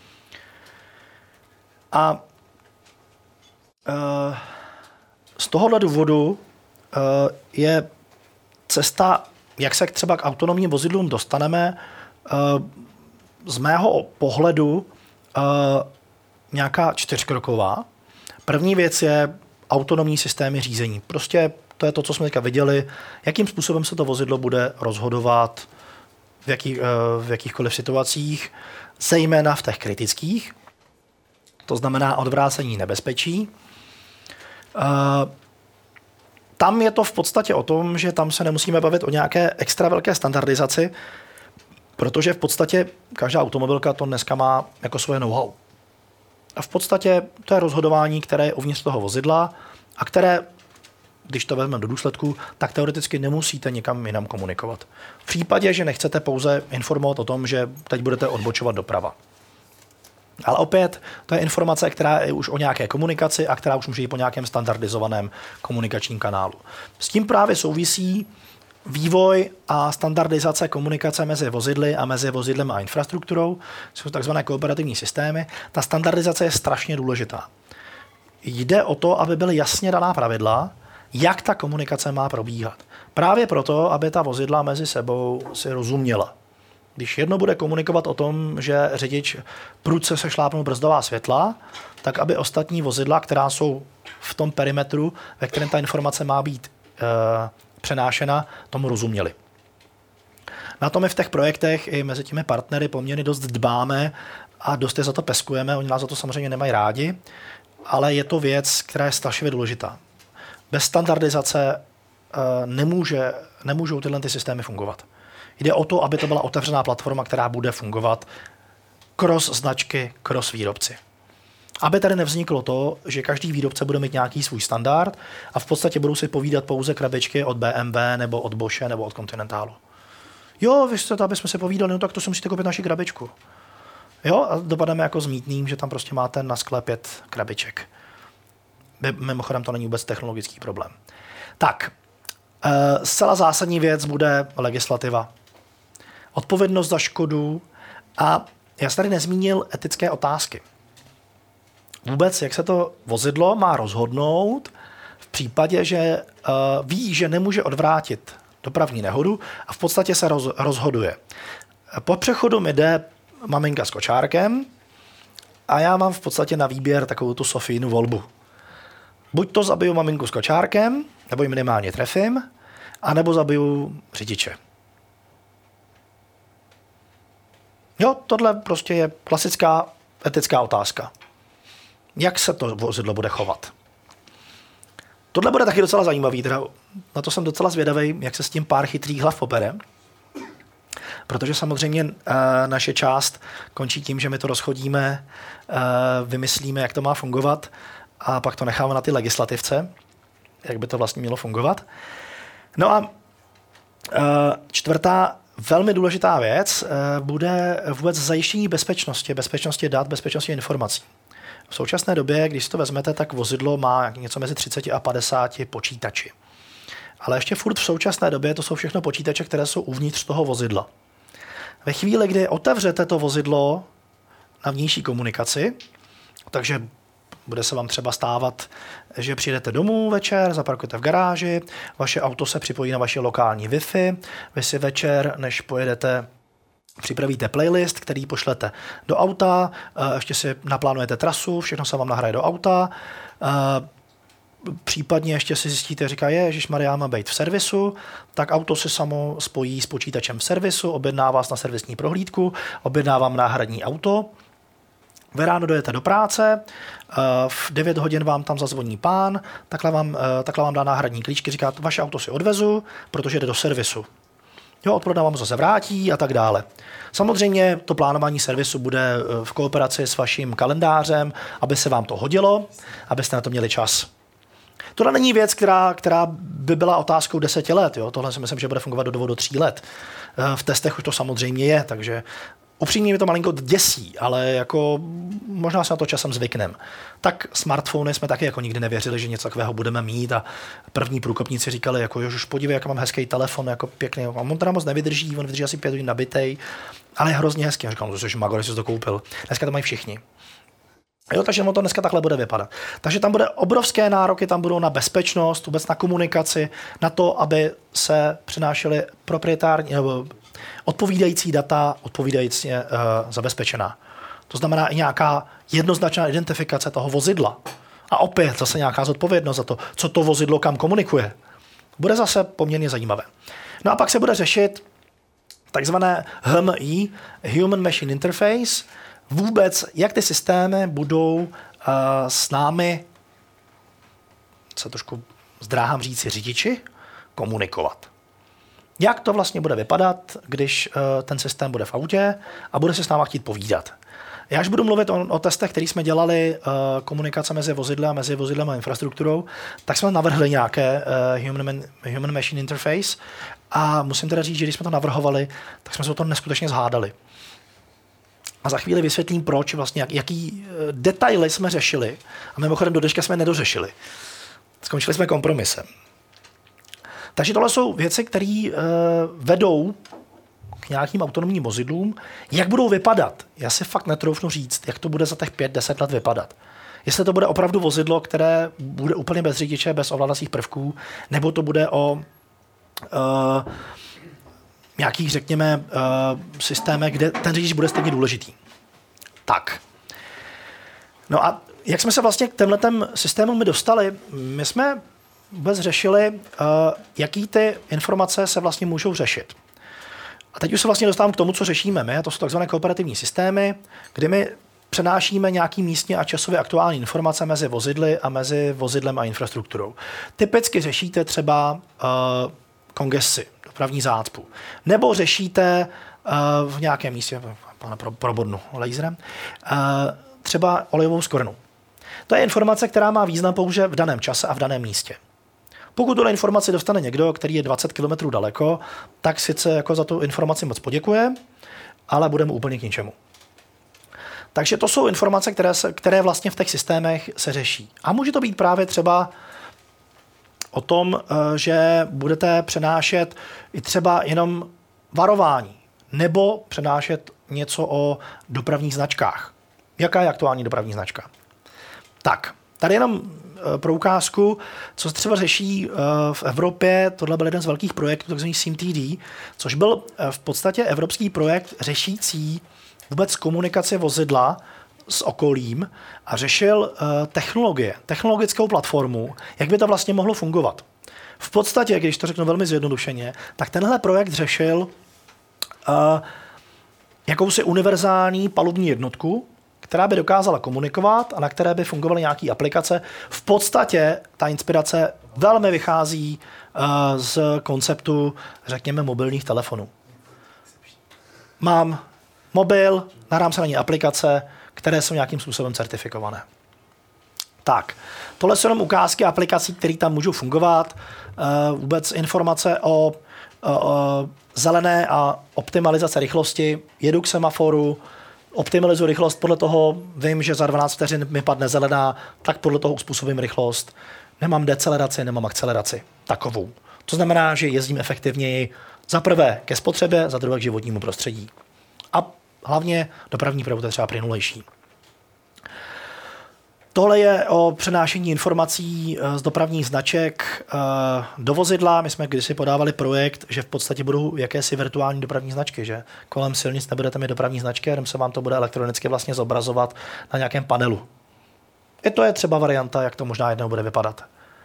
A uh, z tohohle důvodu uh, je cesta, jak se třeba k autonomním vozidlům dostaneme, z mého pohledu nějaká čtyřkroková. První věc je autonomní systémy řízení. Prostě to je to, co jsme teďka viděli, jakým způsobem se to vozidlo bude rozhodovat v, jaký, v jakýchkoliv situacích, zejména v těch kritických. To znamená odvrácení nebezpečí. Tam je to v podstatě o tom, že tam se nemusíme bavit o nějaké extra velké standardizaci, protože v podstatě každá automobilka to dneska má jako svoje know-how. A v podstatě to je rozhodování, které je uvnitř toho vozidla a které, když to vezmeme do důsledku, tak teoreticky nemusíte nikam jinam komunikovat. V případě, že nechcete pouze informovat o tom, že teď budete odbočovat doprava. Ale opět, to je informace, která je už o nějaké komunikaci a která už může jít po nějakém standardizovaném komunikačním kanálu. S tím právě souvisí vývoj a standardizace komunikace mezi vozidly a mezi vozidlem a infrastrukturou, jsou takzvané kooperativní systémy. Ta standardizace je strašně důležitá. Jde o to, aby byly jasně daná pravidla, jak ta komunikace má probíhat. Právě proto, aby ta vozidla mezi sebou si rozuměla. Když jedno bude komunikovat o tom, že řidič prudce se šlápnou brzdová světla, tak aby ostatní vozidla, která jsou v tom perimetru, ve kterém ta informace má být e, přenášena, tomu rozuměli. Na to my v těch projektech i mezi těmi partnery poměrně dost dbáme a dost je za to peskujeme, oni nás za to samozřejmě nemají rádi, ale je to věc, která je strašně důležitá. Bez standardizace nemůže, nemůžou tyhle ty systémy fungovat. Jde o to, aby to byla otevřená platforma, která bude fungovat cross značky, cross výrobci. Aby tady nevzniklo to, že každý výrobce bude mít nějaký svůj standard a v podstatě budou si povídat pouze krabičky od B M W nebo od Bosche nebo od Continentalu. Jo, vy jste to, aby jsme se povídali, no tak to si musíte koupit naši krabičku. Jo, a dopademe jako s mýtným, že tam prostě máte na skle pět krabiček. Mimochodem to není vůbec technologický problém. Tak, e, zcela zásadní věc bude legislativa. Odpovědnost za škodu a já jsem tady nezmínil etické otázky. Vůbec, jak se to vozidlo má rozhodnout v případě, že uh, ví, že nemůže odvrátit dopravní nehodu a v podstatě se roz, rozhoduje. Po přechodu mi jde maminka s kočárkem a já mám v podstatě na výběr takovou tu Sofínu volbu. Buď to zabiju maminku s kočárkem, nebo ji minimálně trefím, anebo zabiju řidiče. Jo, tohle prostě je klasická etická otázka. Jak se to vozidlo bude chovat? Tohle bude taky docela zajímavý, teda na to jsem docela zvědavý, jak se s tím pár chytrých hlav pobere. Protože samozřejmě uh, naše část končí tím, že my to rozchodíme, uh, vymyslíme, jak to má fungovat a pak to necháme na ty legislativce, jak by to vlastně mělo fungovat. No a uh, čtvrtá velmi důležitá věc uh, bude vůbec zajištění bezpečnosti, bezpečnosti dat, bezpečnosti informací. V současné době, když si to vezmete, tak vozidlo má něco mezi třiceti a padesáti počítači. Ale ještě furt v současné době to jsou všechno počítače, které jsou uvnitř toho vozidla. Ve chvíli, kdy otevřete to vozidlo na vnější komunikaci, takže bude se vám třeba stávat, že přijdete domů večer, zaparkujete v garáži, vaše auto se připojí na vaše lokální Wi-Fi, vy si večer, než pojedete, připravíte playlist, který pošlete do auta, ještě si naplánujete trasu, všechno se vám nahraje do auta, případně ještě si zjistíte, říká, ježišmarja, mám být v servisu, tak auto si samo spojí s počítačem v servisu, objedná vás na servisní prohlídku, objedná vám náhradní auto. Vy ráno dojete do práce, v devět hodin vám tam zazvoní pán, takhle vám, takhle vám dá náhradní klíčky, říká, vaše auto si odvezu, protože jde do servisu. Jo, odpoledne vám zase vrátí a tak dále. Samozřejmě to plánování servisu bude v kooperaci s vaším kalendářem, aby se vám to hodilo, abyste na to měli čas. Tohle není věc, která, která by byla otázkou deseti let. Jo? Tohle si myslím, že bude fungovat do dvou do tří let. V testech už to samozřejmě je, takže upřímně mi to malinko děsí, ale jako možná se na to časem zvyknem. Tak smartfony jsme taky jako nikdy nevěřili, že něco takového budeme mít a první průkopníci říkali, jako už podívej, jak mám hezký telefon, jako pěkný. A on teda moc nevydrží, on vydrží asi pět hodin nabitej, ale je hrozně hezký. A říkám, to jsi magor, jsi to koupil. Dneska to mají všichni. Jo, takže to dneska takhle bude vypadat. Takže tam bude obrovské nároky, tam budou na bezpečnost, vůbec na komunikaci, na to, aby se přinášely proprietární nebo odpovídající data, odpovídající uh, zabezpečená. To znamená i nějaká jednoznačná identifikace toho vozidla. A opět zase nějaká zodpovědnost za to, co to vozidlo kam komunikuje. Bude zase poměrně zajímavé. No a pak se bude řešit takzvané H M I, Human Machine Interface, vůbec, jak ty systémy budou uh, s námi, se trošku zdráhám říci řidiči, komunikovat. Jak to vlastně bude vypadat, když uh, ten systém bude v autě a bude se s náma chtít povídat. Já až budu mluvit o, o testech, které jsme dělali, uh, komunikace mezi vozidly a mezi vozidlem a infrastrukturou, tak jsme navrhli nějaké uh, human, human Machine Interface a musím teda říct, že když jsme to navrhovali, tak jsme se o to neskutečně zhádali. A za chvíli vysvětlím, proč vlastně, jak, jaký detaily jsme řešili. A mimochodem do dneška jsme nedořešili. Skončili jsme kompromisem. Takže tohle jsou věci, které uh, vedou k nějakým autonomním vozidlům. Jak budou vypadat? Já si fakt netroufnu říct, jak to bude za těch pět deset let vypadat. Jestli to bude opravdu vozidlo, které bude úplně bez řidiče, bez ovládacích prvků, nebo to bude o uh, nějakých, řekněme, uh, systémech, kde ten řidič bude stejně důležitý. Tak. No a jak jsme se vlastně k těmhletem systémům dostali? My jsme vůbec řešili, uh, jaký ty informace se vlastně můžou řešit. A teď už se vlastně dostávám k tomu, co řešíme my, a to jsou takzvané kooperativní systémy, kdy my přenášíme nějaký místně a časově aktuální informace mezi vozidly a mezi vozidlem a infrastrukturou. Typicky řešíte třeba uh, kongesci, dopravní zácpu, nebo řešíte uh, v nějakém místě, pana pro, probodnu laserem, uh, třeba olejovou skvrnu. To je informace, která má význam pouze v daném čase a v daném místě. Pokud tuhle informaci dostane někdo, který je dvacet kilometrů daleko, tak sice jako za tu informaci moc poděkuje, ale bude mu úplně k ničemu. Takže to jsou informace, které, se, které vlastně v těch systémech se řeší. A může to být právě třeba o tom, že budete přenášet i třeba jenom varování, nebo přenášet něco o dopravních značkách. Jaká je aktuální dopravní značka? Tak, tady jenom pro ukázku, co se třeba řeší v Evropě. Tohle byl jeden z velkých projektů, takzvaný S I M T D, což byl v podstatě evropský projekt řešící vůbec komunikaci vozidla s okolím a řešil technologie, technologickou platformu, jak by to vlastně mohlo fungovat. V podstatě, když to řeknu velmi zjednodušeně, tak tenhle projekt řešil uh, jakousi univerzální palubní jednotku, která by dokázala komunikovat a na které by fungovaly nějaké aplikace. V podstatě ta inspirace velmi vychází uh, z konceptu, řekněme, mobilních telefonů. Mám mobil, nahrám se na ně aplikace, které jsou nějakým způsobem certifikované. Tak, tohle jsou jenom ukázky aplikací, které tam můžou fungovat. Uh, vůbec informace o, o, o zelené a optimalizace rychlosti. Jedu k semaforu, optimalizuji rychlost, podle toho vím, že za dvanáct vteřin mi padne zelená, tak podle toho uspůsobím rychlost. Nemám deceleraci, nemám akceleraci. Takovou. To znamená, že jezdím efektivněji za prvé ke spotřebě, za druhé k životnímu prostředí. A hlavně dopravní proud je třeba plynulejší. Tohle je o přenášení informací z dopravních značek do vozidla. My jsme kdysi podávali projekt, že v podstatě budou jakési virtuální dopravní značky, že kolem silnic nebudete mít dopravní značky, jenom se vám to bude elektronicky vlastně zobrazovat na nějakém panelu. I to je třeba varianta, jak to možná jednou bude vypadat.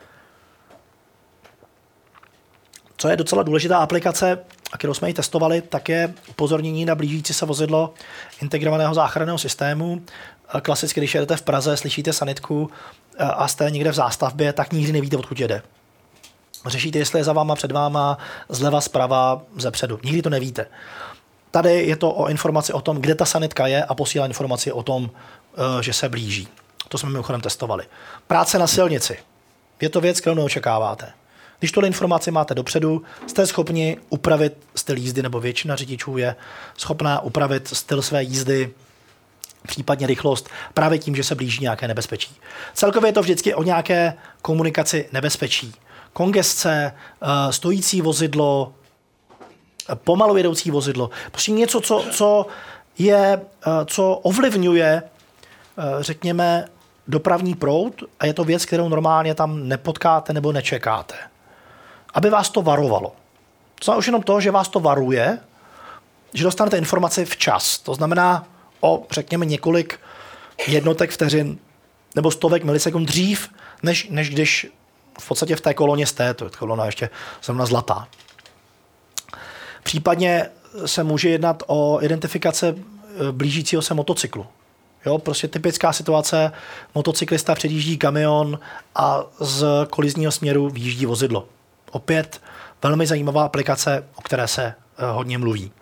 Co je docela důležitá aplikace, a kterou jsme ji testovali, tak je upozornění na blížící se vozidlo integrovaného záchranného systému. Klasicky, když jedete v Praze, slyšíte sanitku a jste někde v zástavbě, tak nikdy nevíte, odkud jede. Řešíte, jestli je za váma, před váma, zleva, zprava, zepředu. Nikdy to nevíte. Tady je to o informaci o tom, kde ta sanitka je a posílá informaci o tom, že se blíží. To jsme mimochodem testovali. Práce na silnici. Je to věc, kterou neočekáváte. Když tohle informaci máte dopředu, jste schopni upravit styl jízdy, nebo většina řidičů je schopná upravit styl své jízdy, případně rychlost, právě tím, že se blíží nějaké nebezpečí. Celkově je to vždycky o nějaké komunikaci nebezpečí. Kongesce, stojící vozidlo, pomalu jedoucí vozidlo. Prostě něco, co, co, je, co ovlivňuje, řekněme, dopravní proud a je to věc, kterou normálně tam nepotkáte nebo nečekáte. Aby vás to varovalo. To znamená už jenom to, že vás to varuje, že dostanete informaci včas. To znamená o, řekněme, několik jednotek vteřin nebo stovek milisekund dřív, než, než když v podstatě v té koloně jste. To je kolona ještě zrovna zlatá. Případně se může jednat o identifikace blížícího se motocyklu. Jo, prostě typická situace, motocyklista předjíždí kamion a z kolizního směru vyjíždí vozidlo. Opět velmi zajímavá aplikace, o které se uh, hodně mluví.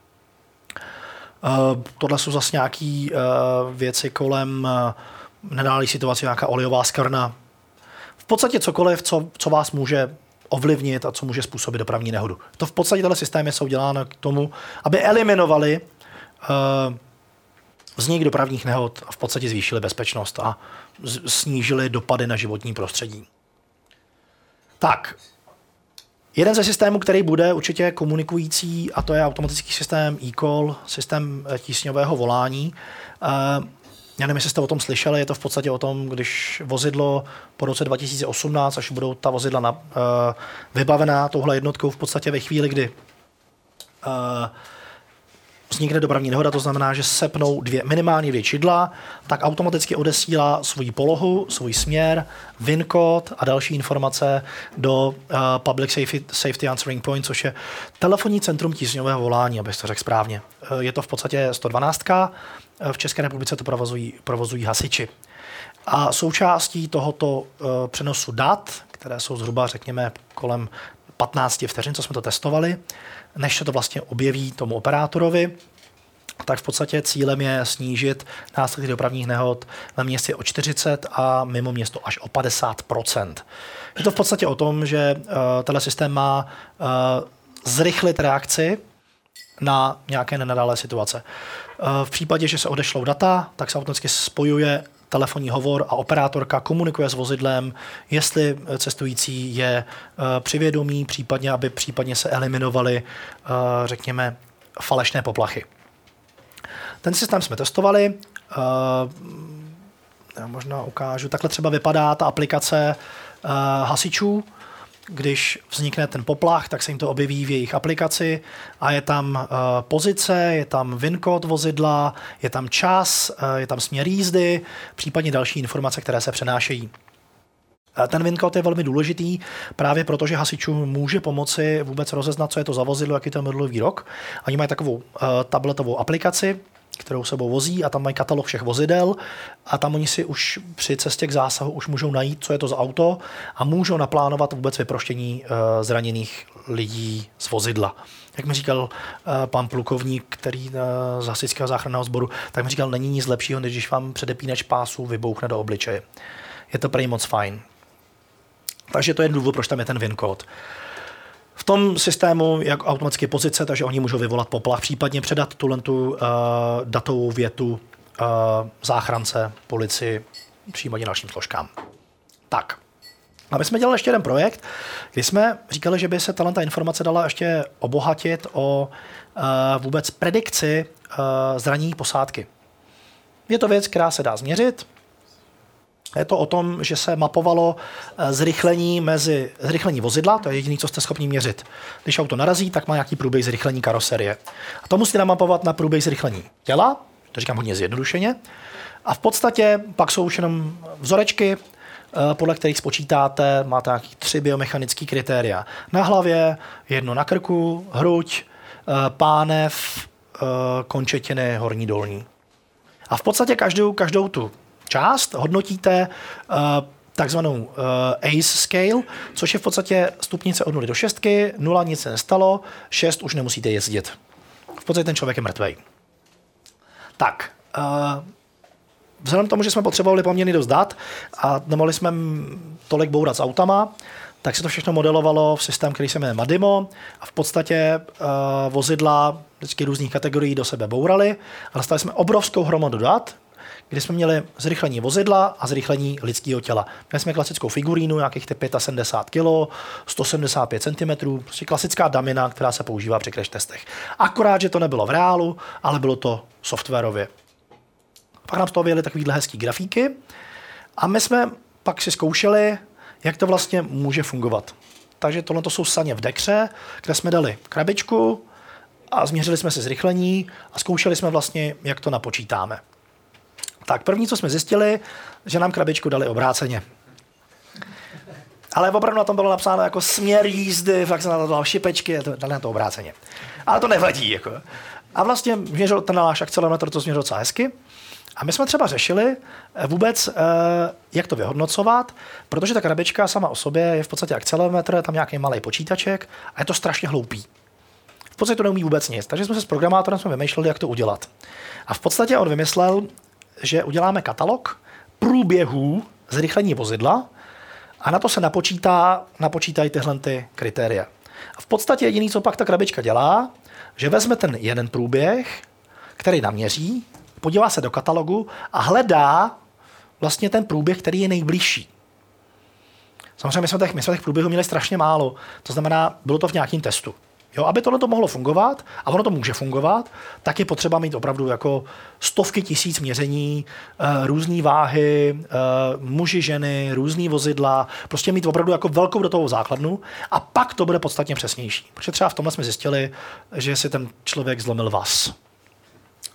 Uh, tohle jsou zase nějaké uh, věci kolem uh, nedálých situací, nějaká olejová skvrna. V podstatě cokoliv, co, co vás může ovlivnit a co může způsobit dopravní nehodu. To v podstatě tyhle systémy jsou dělány k tomu, aby eliminovali uh, vznik dopravních nehod a v podstatě zvýšili bezpečnost a snížili dopady na životní prostředí. Tak, jeden ze systémů, který bude určitě komunikující, a to je automatický systém e-call, systém tísňového volání. Já nevím, jestli jste o tom slyšeli, je to v podstatě o tom, když vozidlo po roce dva tisíce osmnáct, až budou ta vozidla na, vybavená touhle jednotkou v podstatě ve chvíli, kdy vznikne dopravní nehoda, to znamená, že sepnou dvě, minimálně dvě čidla, tak automaticky odesílá svoji polohu, svůj směr, VIN kód a další informace do uh, Public Safety, Safety Answering Point, což je telefonní centrum tísňového volání, abych to řekl správně. Uh, je to v podstatě sto dvanáct. V České republice to provozují, provozují hasiči. A součástí tohoto uh, přenosu dat, které jsou zhruba, řekněme, kolem patnáct vteřin, co jsme to testovali, než se to vlastně objeví tomu operátorovi, tak v podstatě cílem je snížit následky dopravních nehod ve městě o čtyřicet a mimo město až o padesát procent. Je to v podstatě o tom, že uh, tenhle systém má uh, zrychlit reakci na nějaké nenadálé situace. Uh, v případě, že se odešlou data, tak se automaticky spojuje telefonní hovor a operátorka komunikuje s vozidlem, jestli cestující je uh, při vědomí, případně, aby případně se eliminovaly, uh, řekněme, falešné poplachy. Ten systém jsme testovali, uh, já možná ukážu, takhle třeba vypadá ta aplikace uh, hasičů. Když vznikne ten poplach, tak se jim to objeví v jejich aplikaci a je tam uh, pozice, je tam VIN kód vozidla, je tam čas, uh, je tam směr jízdy, případně další informace, které se přenášejí. Uh, ten VIN kód je velmi důležitý právě proto, že hasičům může pomoci vůbec rozeznat, co je to za vozidlo, jaký to je modelový rok. Oni mají takovou uh, tabletovou aplikaci, kterou sebou vozí a tam mají katalog všech vozidel a tam oni si už při cestě k zásahu už můžou najít, co je to za auto a můžou naplánovat vůbec vyproštění uh, zraněných lidí z vozidla. Jak mi říkal uh, pan plukovník, který uh, z hasičského záchranného sboru, tak mi říkal, není nic lepšího, než když vám předepínač pásů vybouchne do obličeje. Je to prý moc fajn. Takže to je důvod, proč tam je ten VIN kód. V tom systému je automaticky pozice, takže oni můžou vyvolat poplach, případně předat tu uh, datovou větu uh, záchrance, policii, případně dalším složkám. Tak. A my jsme dělali ještě jeden projekt, kdy jsme říkali, že by se ta informace dala ještě obohatit o uh, vůbec predikci uh, zranění posádky. Je to věc, která se dá změřit. Je to o tom, že se mapovalo zrychlení mezi zrychlení vozidla, to je jediné, co jste schopni měřit. Když auto narazí, tak má nějaký průběh zrychlení karoserie. A to musíte namapovat na průběh zrychlení těla, to říkám hodně zjednodušeně. A v podstatě pak jsou už jenom vzorečky, podle kterých spočítáte, máte nějaký tři biomechanické kritéria. Na hlavě, jedno na krku, hruď, pánev, končetiny, horní, dolní. A v podstatě každou, každou tu část hodnotíte uh, takzvanou uh, A C E scale, což je v podstatě stupnice od nuly do šestky, nula nic se nestalo, šest už nemusíte jezdit. V podstatě ten člověk je mrtvej. Tak, uh, vzhledem k tomu, že jsme potřebovali poměrně dost dat a nemohli jsme tolik bourat s autama, tak se to všechno modelovalo v systém, který se jmenuje Madimo a v podstatě uh, vozidla vždycky různých kategorií do sebe bourali a dostali jsme obrovskou hromadu dat, kdy jsme měli zrychlení vozidla a zrychlení lidského těla. Měli jsme klasickou figurínu, nějakých sedmdesát pět kilogramů, sto sedmdesát pět centimetrů, prostě klasická damina, která se používá při crash testech. Akorát, že to nebylo v reálu, ale bylo to softwarově. Pak nám z toho vyjeli takovýhle hezký grafíky a my jsme pak si zkoušeli, jak to vlastně může fungovat. Takže tohle jsou saně v dekře, kde jsme dali krabičku a změřili jsme si zrychlení a zkoušeli jsme vlastně, jak to napočítáme. Tak první, co jsme zjistili, že nám krabičku dali obráceně. Ale opravdu na tom bylo napsáno jako směr jízdy, fakt se na to dal šipečky, dali na to obráceně. Ale to nevadí. Jako. A vlastně měřil ten náš akcelerometr, to změřil docela hezky. A my jsme třeba řešili vůbec, jak to vyhodnocovat, protože ta krabička sama o sobě je v podstatě akcelerometr, je tam nějaký malý počítaček a je to strašně hloupý. V podstatě to neumí vůbec nic. Takže jsme se s programátorem jsme vymýšleli, jak to udělat. A v podstatě on vymyslel, že uděláme katalog průběhů zrychlení vozidla a na to se napočítá, napočítají tyhle ty kritéria. A v podstatě jediný, co pak ta krabička dělá, že vezme ten jeden průběh, který naměří, podívá se do katalogu a hledá vlastně ten průběh, který je nejbližší. Samozřejmě my jsme těch, my jsme těch průběhů měli strašně málo, to znamená, bylo to v nějakém testu. Jo, aby tohle to mohlo fungovat, a ono to může fungovat, tak je potřeba mít opravdu jako stovky tisíc měření, e, různé váhy, e, muži, ženy, různý vozidla, prostě mít opravdu jako velkou datovou základnu a pak to bude podstatně přesnější. Protože třeba v tomhle jsme zjistili, že si ten člověk zlomil vaz.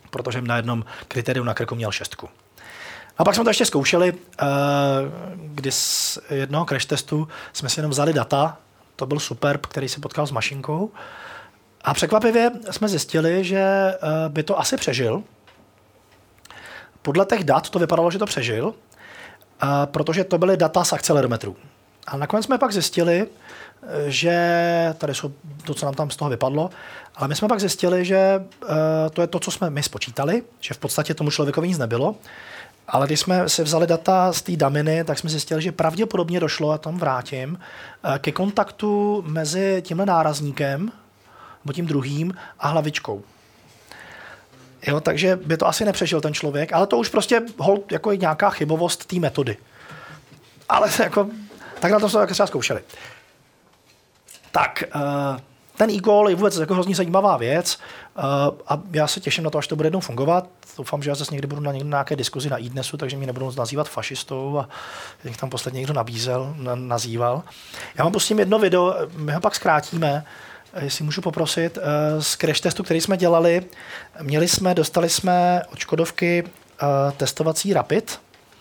protože na jednom kritériu na krku měl šestku. A pak jsme to ještě zkoušeli, kdy z jednoho crash testu jsme si jenom vzali data, to byl Superb, který se potkal s mašinkou, a překvapivě jsme zjistili, že by to asi přežil. Podle těch dat to vypadalo, že to přežil, protože to byly data z akcelerometrů. A nakonec jsme pak zjistili, že tady jsou to, co nám tam z toho vypadlo, ale my jsme pak zjistili, že to je to, co jsme my spočítali, že v podstatě tomu člověkovi nic nebylo, ale když jsme si vzali data z té daminy, tak jsme zjistili, že pravděpodobně došlo, a tam vrátím, ke kontaktu mezi tímhle nárazníkem, nebo tím druhým, a hlavičkou. Jo, takže by to asi nepřežil ten člověk, ale to už prostě hold, jako je nějaká chybovost té metody. Ale jako, tak na to jsme třeba zkoušeli. Tak, ten e-call je vůbec jako hrozně zajímavá věc a já se těším na to, až to bude jednou fungovat. Doufám, že já zase někdy budu na nějaké diskuzi na iDnesu, takže mě nebudou nazývat fašistou a jak tam posledně někdo nabízel, nazýval. Já vám pustím jedno video, my ho pak zkrátíme, jestli můžu poprosit, z crash testu, který jsme dělali. Měli jsme, dostali jsme od Škodovky testovací Rapid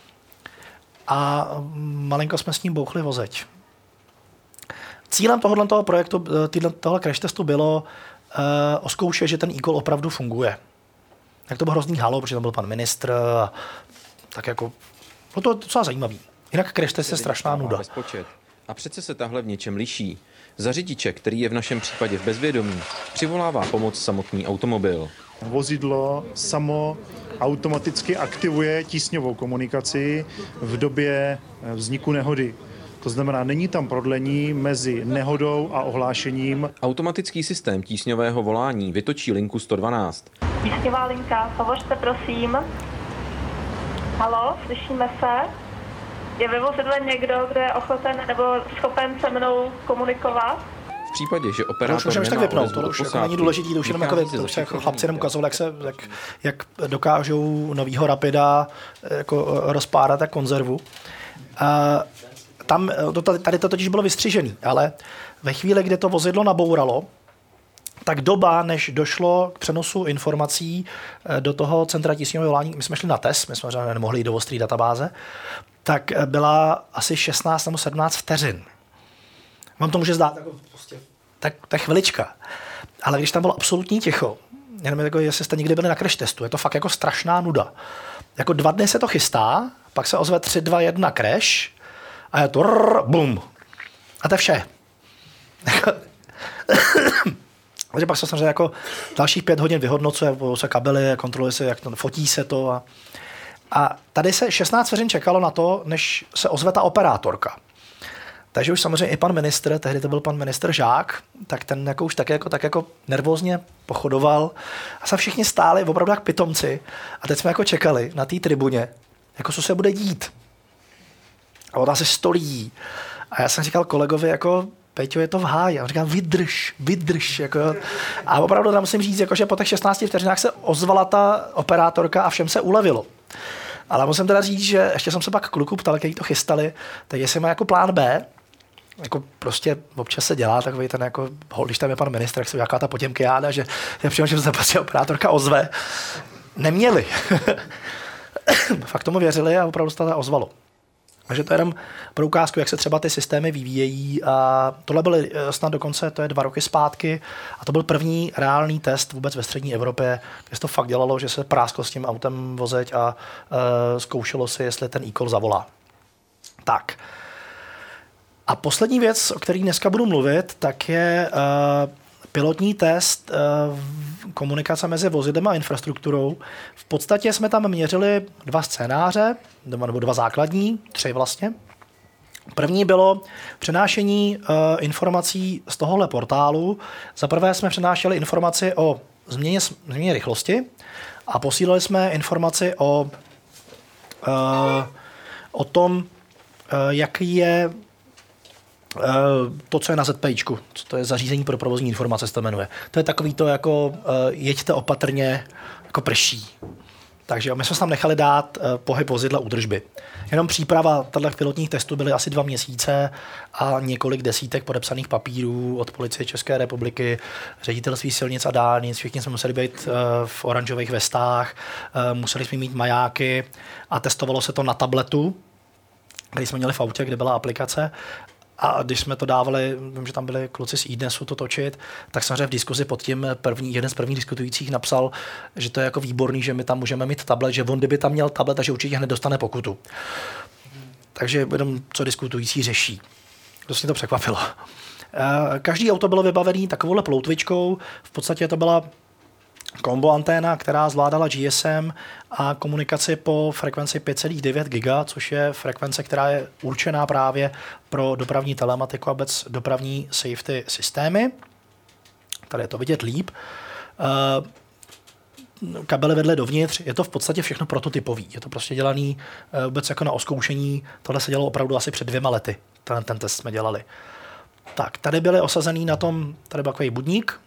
a malinko jsme s ním bouchli vozeď. Cílem tohohle toho projektu, tohle crash testu bylo uh, oskoušet, že ten e-call opravdu funguje. Tak to bylo hrozný halo, protože tam byl pan ministr a tak jako, bylo to docela zajímavý. Jinak crash test je strašná nuda. A přece se tahle v něčem liší. Za řidiče, který je v našem případě v bezvědomí, přivolává pomoc samotný automobil. Vozidlo samo automaticky aktivuje tísňovou komunikaci v době vzniku nehody. To znamená, není tam prodlení mezi nehodou a ohlášením. Automatický systém tísňového volání vytočí linku sto dvanáct. Tísňová linka, hovořte prosím. Haló, slyšíme se? Je ve vozidle někdo, kdo je ochoten nebo schopen se mnou komunikovat? V případě, že operátor nemá nemá vypnout, odezvu to od už posádky, jako není důležitý, to už jenom jako, to už jako chlapci jenom ukazovali, jak, se, jak, jak dokážou novýho Rapida jako rozpárat a konzervu. A tam, tady to totiž bylo vystřižený, ale ve chvíli, kdy to vozidlo nabouralo, tak doba, než došlo k přenosu informací do toho centra tísňového volání, my jsme šli na test, my jsme nemohli jít do ostrý databáze, tak byla asi šestnáct nebo sedmnáct vteřin. Vám to může zdát jako prostě, tak, tak chvilička. Ale když tam bylo absolutní ticho, jenom jako, jestli jste někdy byli na crash testu, je to fakt jako strašná nuda. Jako dva dny se to chystá, pak se ozve tři, dva, jedna crash a je to rrr, bum. A to je vše. Takže pak se samozřejmě jako dalších pět hodin vyhodnocuje, se kabely, kontroluje se, jak to, fotí se to. A, a tady se šestnáct vteřin čekalo na to, než se ozve ta operátorka. Takže už samozřejmě i pan ministr, tehdy to byl pan ministr Žák, tak ten jako už tak jako, tak jako nervózně pochodoval a se všichni stáli opravdu jak pitomci a teď jsme jako čekali na té tribuně, jako co se bude dít. A od nás se sto lidí. A já jsem říkal kolegovi, jako Peťo, je to v háji. A on říkal, vydrž, vydrž. Jako. A opravdu tam musím říct, jako, že po těch šestnácti vteřinách se ozvala ta operátorka a všem se ulevilo. Ale musím teda říct, že ještě jsem se pak kluků ptal, kteří to chystali, tak jestli má jako plán B, jako prostě občas se dělá takový ten jako, když tam je pan ministr, jak se jaká ta potěmkiáda, že je přímo, že se prostě operátorka ozve. Neměli. Fakt tomu věřili a opravdu se to ozvalo. Takže to je jenom pro ukázku, jak se třeba ty systémy vyvíjejí. A tohle byly snad dokonce, to je dva roky zpátky, a to byl první reálný test vůbec ve střední Evropě, kde se to fakt dělalo, že se prásklo s tím autem vozeď a e, zkoušelo se, jestli ten e-call zavolá. Tak. A poslední věc, o které dneska budu mluvit, tak je e, pilotní test e, komunikace mezi vozidlem a infrastrukturou. V podstatě jsme tam měřili dva scénáře, nebo dva základní, tři vlastně. První bylo přenášení uh, informací z tohohle portálu. Za prvé jsme přenášeli informaci o změně, změně rychlosti a posílali jsme informaci o, uh, o tom, uh, jaký je uh, to, co je na ZPIčku, co to je zařízení pro provozní informace, se to jmenuje. To je takový to jako uh, jeďte opatrně, jako prší. Takže my jsme se tam nechali dát uh, pohyb vozidla údržby. Jenom příprava těchto pilotních testů byly asi dva měsíce a několik desítek podepsaných papírů od Policie České republiky, Ředitelství silnic a dálnic, všichni jsme museli být uh, v oranžových vestách, uh, museli jsme mít majáky a testovalo se to na tabletu, který jsme měli v autě, kde byla aplikace. A když jsme to dávali, vím, že tam byli kluci z iDnesu to točit, tak samozřejmě v diskuzi pod tím první, jeden z prvních diskutujících napsal, že to je jako výborný, že my tam můžeme mít tablet, že on kdyby tam měl tablet, takže určitě hned dostane pokutu. Takže jenom co diskutující řeší. Dost mě to překvapilo. Každý auto bylo vybavený takovouhle ploutvičkou, v podstatě to byla kombo anténa, která zvládala G S M a komunikaci po frekvenci pět celá devět gigahertz, což je frekvence, která je určená právě pro dopravní telematiku a vůbec dopravní safety systémy. Tady je to vidět líp. Kabely vedle dovnitř, je to v podstatě všechno prototypový. Je to prostě dělaný vůbec jako na oskoušení. Tohle se dělalo opravdu asi před dvěma lety. Ten, ten test jsme dělali. Tak, tady byly osazený na tom, tady byl takový budník.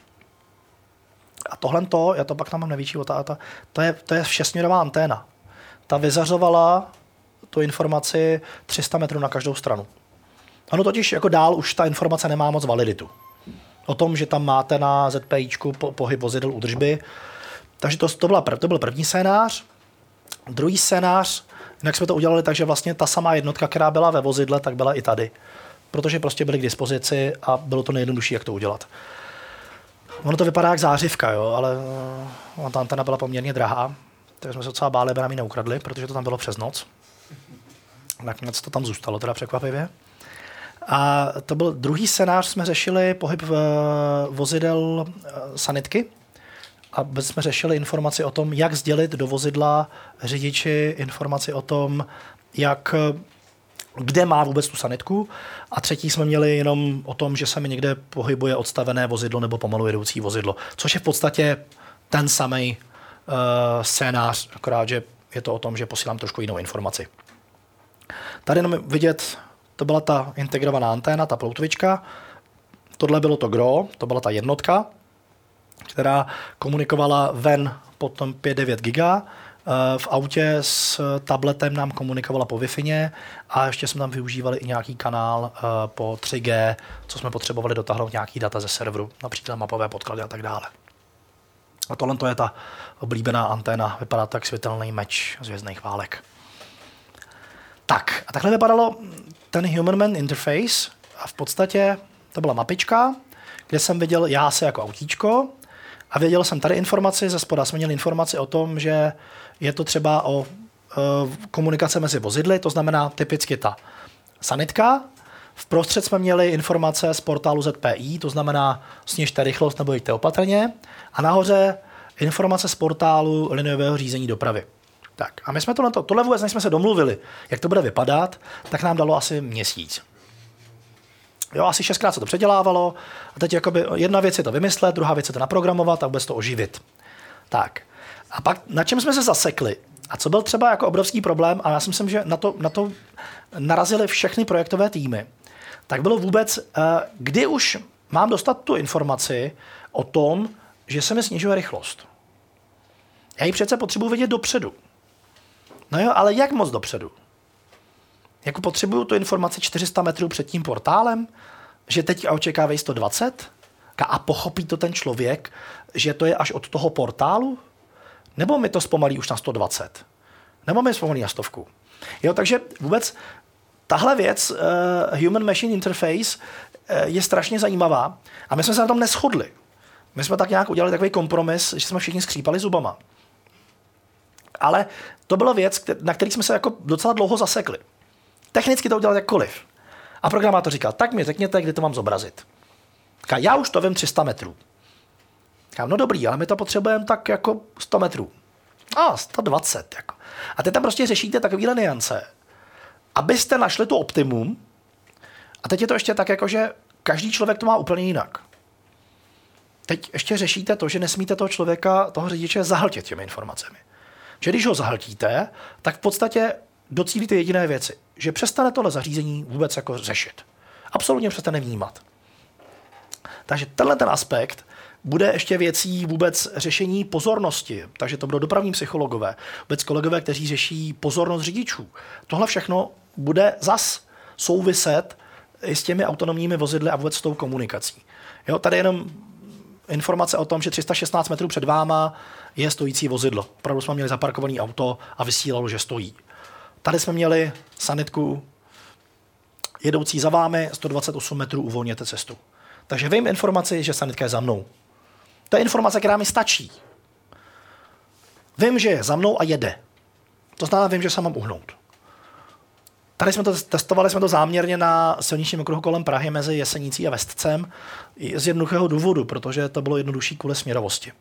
A tohle to, já to pak tam mám největší otáta, to je, to je šestsměrová anténa. Ta vyzařovala tu informaci tři sta metrů na každou stranu. Ono totiž jako dál už ta informace nemá moc validitu. O tom, že tam máte na ZPIčku po, pohyb vozidel údržby. Takže to, to, byla, to byl první scénář. Druhý scénář, jinak jsme to udělali tak, že vlastně ta samá jednotka, která byla ve vozidle, tak byla i tady. Protože prostě byly k dispozici a bylo to nejjednodušší, jak to udělat. Ono to vypadá jak zářivka, jo, ale uh, ta antena byla poměrně drahá, takže jsme se docela báli, aby nám ji neukradli, protože to tam bylo přes noc. Nakonec to tam zůstalo, teda překvapivě. A to byl druhý scénář, jsme řešili pohyb v, vozidel uh, sanitky a jsme řešili informaci o tom, jak sdělit do vozidla řidiči informaci o tom, jak kde má vůbec tu sanitku. A třetí jsme měli jenom o tom, že se mi někde pohybuje odstavené vozidlo nebo pomalu jedoucí vozidlo. Což je v podstatě ten samý uh, scénář, akorát, že je to o tom, že posílám trošku jinou informaci. Tady jenom vidět, to byla ta integrovaná anténa, ta ploutvička. Tohle bylo to gro, to byla ta jednotka, která komunikovala ven potom pět celá devět giga. V autě s tabletem nám komunikovala po Wi-Fi a ještě jsme tam využívali i nějaký kanál po tři G, co jsme potřebovali dotáhnout nějaký data ze serveru, například mapové podklady a tak dále. A tohle to je ta oblíbená anténa, vypadá tak světelný meč z Hvězdných válek. Tak, a takhle vypadalo ten Human-Man interface a v podstatě to byla mapička, kde jsem viděl já se jako autíčko a věděl jsem tady informaci, ze spoda jsme měli informaci o tom, že je to třeba o e, komunikace mezi vozidly, to znamená typicky ta sanitka. Vprostřed jsme měli informace z portálu Z P I, to znamená snižte rychlost nebo jděte opatrně. A nahoře informace z portálu liniového řízení dopravy. Tak, a my jsme tohle, tohle vůbec, než jsme se domluvili, jak to bude vypadat, tak nám dalo asi měsíc. Jo, asi šestkrát se to předělávalo a teď jakoby jedna věc je to vymyslet, druhá věc je to naprogramovat a vůbec to oživit. Tak. A pak na čem jsme se zasekli? A co byl třeba jako obrovský problém, a já si myslím, že na to, na to narazily všechny projektové týmy, tak bylo vůbec, kdy už mám dostat tu informaci o tom, že se mi snižuje rychlost. Já ji přece potřebuji vidět dopředu. No jo, ale jak moc dopředu? Jako potřebuju tu informaci čtyři sta metrů před tím portálem, že teď očekávají sto dvacet? A pochopí to ten člověk, že to je až od toho portálu? Nebo mi to zpomalí už na sto dvacet? Nebo mi zpomalí na stovku? Jo, takže vůbec tahle věc, uh, Human Machine Interface, uh, je strašně zajímavá a my jsme se na tom neshodli. My jsme tak nějak udělali takový kompromis, že jsme všichni skřípali zubama. Ale to byla věc, na který jsme se jako docela dlouho zasekli. Technicky to udělat jakkoliv. A programátor říkal, tak mi řekněte, kdy to mám zobrazit. Říká, já už to vím tři sta metrů. Říkám, no dobrý, ale my to potřebujeme tak jako sto metrů. A, sto dvacet. Jako. A teď tam prostě řešíte takovýhle niance, abyste našli tu optimum. A teď je to ještě tak, jako, že každý člověk to má úplně jinak. Teď ještě řešíte to, že nesmíte toho člověka, toho řidiče zahltit těmi informacemi. Že když ho zahltíte, tak v podstatě docílíte jediné věci. Že přestane tohle zařízení vůbec jako řešit. Absolutně přestane vnímat. Takže tenhle ten aspekt Bude ještě věcí vůbec řešení pozornosti, takže to budou dopravní psychologové, vůbec kolegové, kteří řeší pozornost řidičů. Tohle všechno bude zas souviset i s těmi autonomními vozidly a vůbec s tou komunikací. Jo, tady jenom informace o tom, že tři sta šestnáct metrů před váma je stojící vozidlo. Opravdu jsme měli zaparkované auto a vysílalo, že stojí. Tady jsme měli sanitku jedoucí za vámi, sto dvacet osm metrů uvolněte cestu. Takže vím informaci, že sanitka je za mnou. To je informace, která mi stačí. Vím, že je za mnou a jede. To znamená, vím, že se mám uhnout. Tady jsme to testovali jsme to záměrně na silničním okruhu kolem Prahy mezi Jesenicí a Vestcem z jednoduchého důvodu, protože to bylo jednodušší kvůli směrovosti.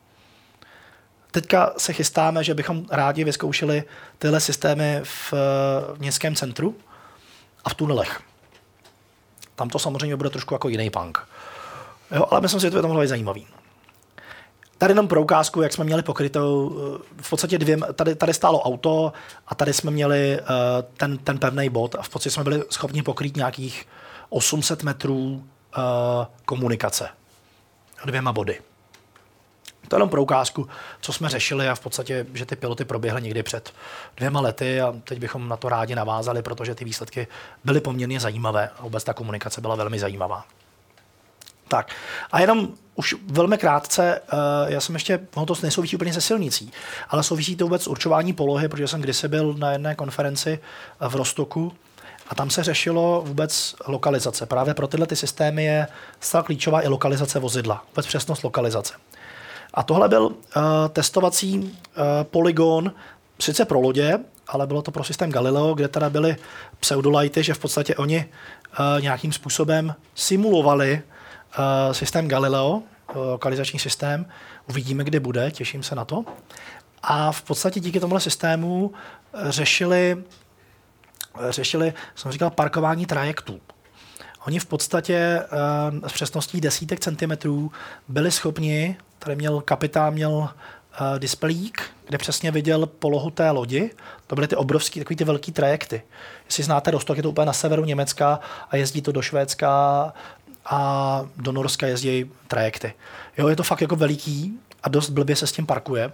Teďka se chystáme, že bychom rádi vyzkoušeli tyhle systémy v městském centru a v tunelech. Tam to samozřejmě bude trošku jako jiný punk. Jo, ale myslím si, že to je tam hlavně zajímavý. Tady jenom pro ukázku, jak jsme měli pokrytou, v podstatě dvě, tady, tady stálo auto a tady jsme měli uh, ten, ten pevný bod a v podstatě jsme byli schopni pokrýt nějakých osm set metrů uh, komunikace dvěma body. To je jenom pro ukázku, co jsme řešili a v podstatě, že ty piloty proběhly někdy před dvěma lety a teď bychom na to rádi navázali, protože ty výsledky byly poměrně zajímavé a vůbec ta komunikace byla velmi zajímavá. Tak a jenom už velmi krátce, já jsem ještě, ono to nesouvisí úplně se silnicí, ale souvisí to vůbec určování polohy, protože jsem kdysi byl na jedné konferenci v Rostoku a tam se řešilo vůbec lokalizace. Právě pro tyhle ty systémy je zcela klíčová i lokalizace vozidla, vůbec přesnost lokalizace. A tohle byl uh, testovací uh, polygon, sice pro lodě, ale bylo to pro systém Galileo, kde teda byly pseudolighty, že v podstatě oni uh, nějakým způsobem simulovali uh, systém Galileo, uh, lokalizační systém. Uvidíme, kde bude, těším se na to. A v podstatě díky tomuhle systému uh, řešili, uh, řešili, jsem říkal, parkování trajektů. Oni v podstatě uh, s přesností desítek centimetrů byli schopni, tady měl kapitán, měl uh, displejík, kde přesně viděl polohu té lodi. To byly ty obrovský, takový ty velký trajekty. Jestli znáte Rostok, je to úplně na severu Německa a jezdí to do Švédska a do Norska jezdí trajekty. Jo, je to fakt jako veliký a dost blbě se s tím parkuje.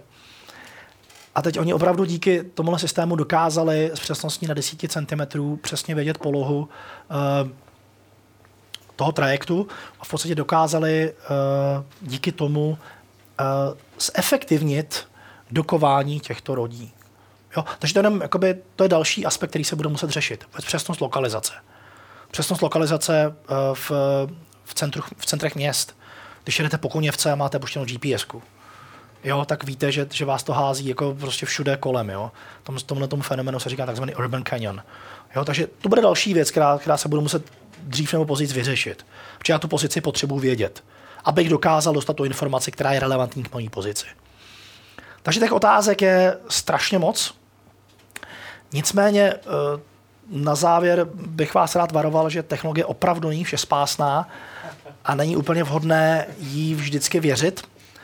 A teď oni opravdu díky tomuhle systému dokázali s přesností na desítky centimetrů přesně vědět polohu uh, toho trajektu a v podstatě dokázali uh, díky tomu uh, zefektivnit dokování těchto lodí. Jo? Takže to je, jenom, jakoby, to je další aspekt, který se bude muset řešit. Přesnost lokalizace. Přesnost lokalizace uh, v, v, centru, v centrech měst. Když jedete po Koněvce a máte puštěnou G P S ku, jo, tak víte, že, že vás to hází jako prostě všude kolem. Jo? Tom, tomhle tomu fenomenu se říká takzvaný urban canyon. Jo? Takže to bude další věc, která, která se bude muset dřív nebo později vyřešit. Protože já tu pozici potřebuji vědět, abych dokázal dostat tu informaci, která je relevantní k mojí pozici. Takže těch otázek je strašně moc. Nicméně na závěr bych vás rád varoval, že technologie opravdu není všespásná a není úplně vhodné jí vždycky věřit.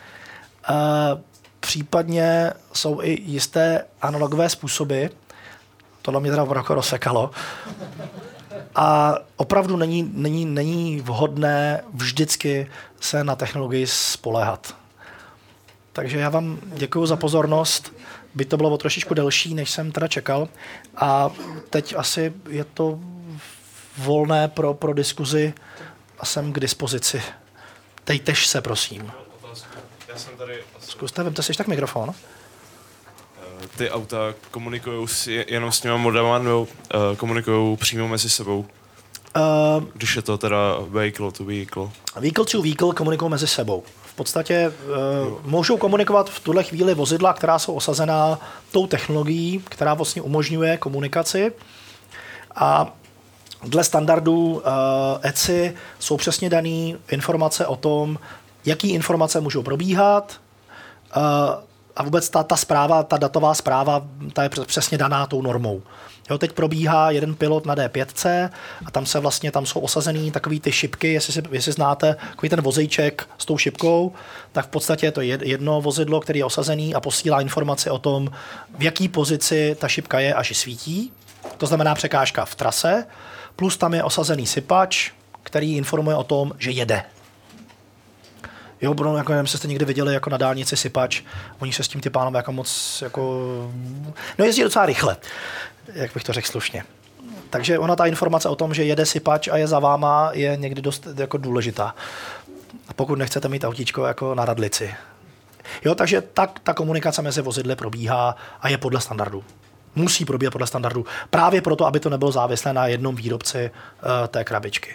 Případně jsou i jisté analogové způsoby. Tohle mě teda opravdu rozsekalo. A opravdu není, není, není vhodné vždycky se na technologii spoléhat. Takže já vám děkuji za pozornost. By to bylo o trošičku delší, než jsem teda čekal. A teď asi je to volné pro, pro diskuzi a jsem k dispozici. Tejtež se, prosím. Já jsem tady... Zkuste, vemte si tak mikrofon. Ty auta komunikují jenom s těma modama, nebo uh, komunikují přímo mezi sebou? Uh, Když je to teda vehicle to vehicle. Vehicle to vehicle komunikují mezi sebou. V podstatě uh, můžou komunikovat v tuhle chvíli vozidla, která jsou osazená tou technologií, která vlastně umožňuje komunikaci. A dle standardů uh, E C I jsou přesně dané informace o tom, jaký informace můžou probíhat, uh, a vůbec ta, ta zpráva, ta datová zpráva, ta je přesně daná tou normou. Jo, teď probíhá jeden pilot na D pět a tam se vlastně, tam jsou osazený takový ty šipky, jestli, si, jestli znáte, takový ten vozejček s tou šipkou, tak v podstatě je to jedno vozidlo, který je osazený a posílá informaci o tom, v jaký pozici ta šipka je, až ji svítí. To znamená překážka v trase, plus tam je osazený sypač, který informuje o tom, že jede. Jo, no, jako nevím, jste někdy viděli jako na dálnici sypač, oni se s tím ty pánové jako moc, jako, no jezdí docela rychle, jak bych to řekl slušně. Takže ona ta informace o tom, že jede sypač a je za váma, je někdy dost jako důležitá. Pokud nechcete mít autíčko jako na radlici. Jo, takže tak ta komunikace mezi vozidly probíhá a je podle standardu. Musí probíhat podle standardu. Právě proto, aby to nebylo závislé na jednom výrobci uh, té krabičky.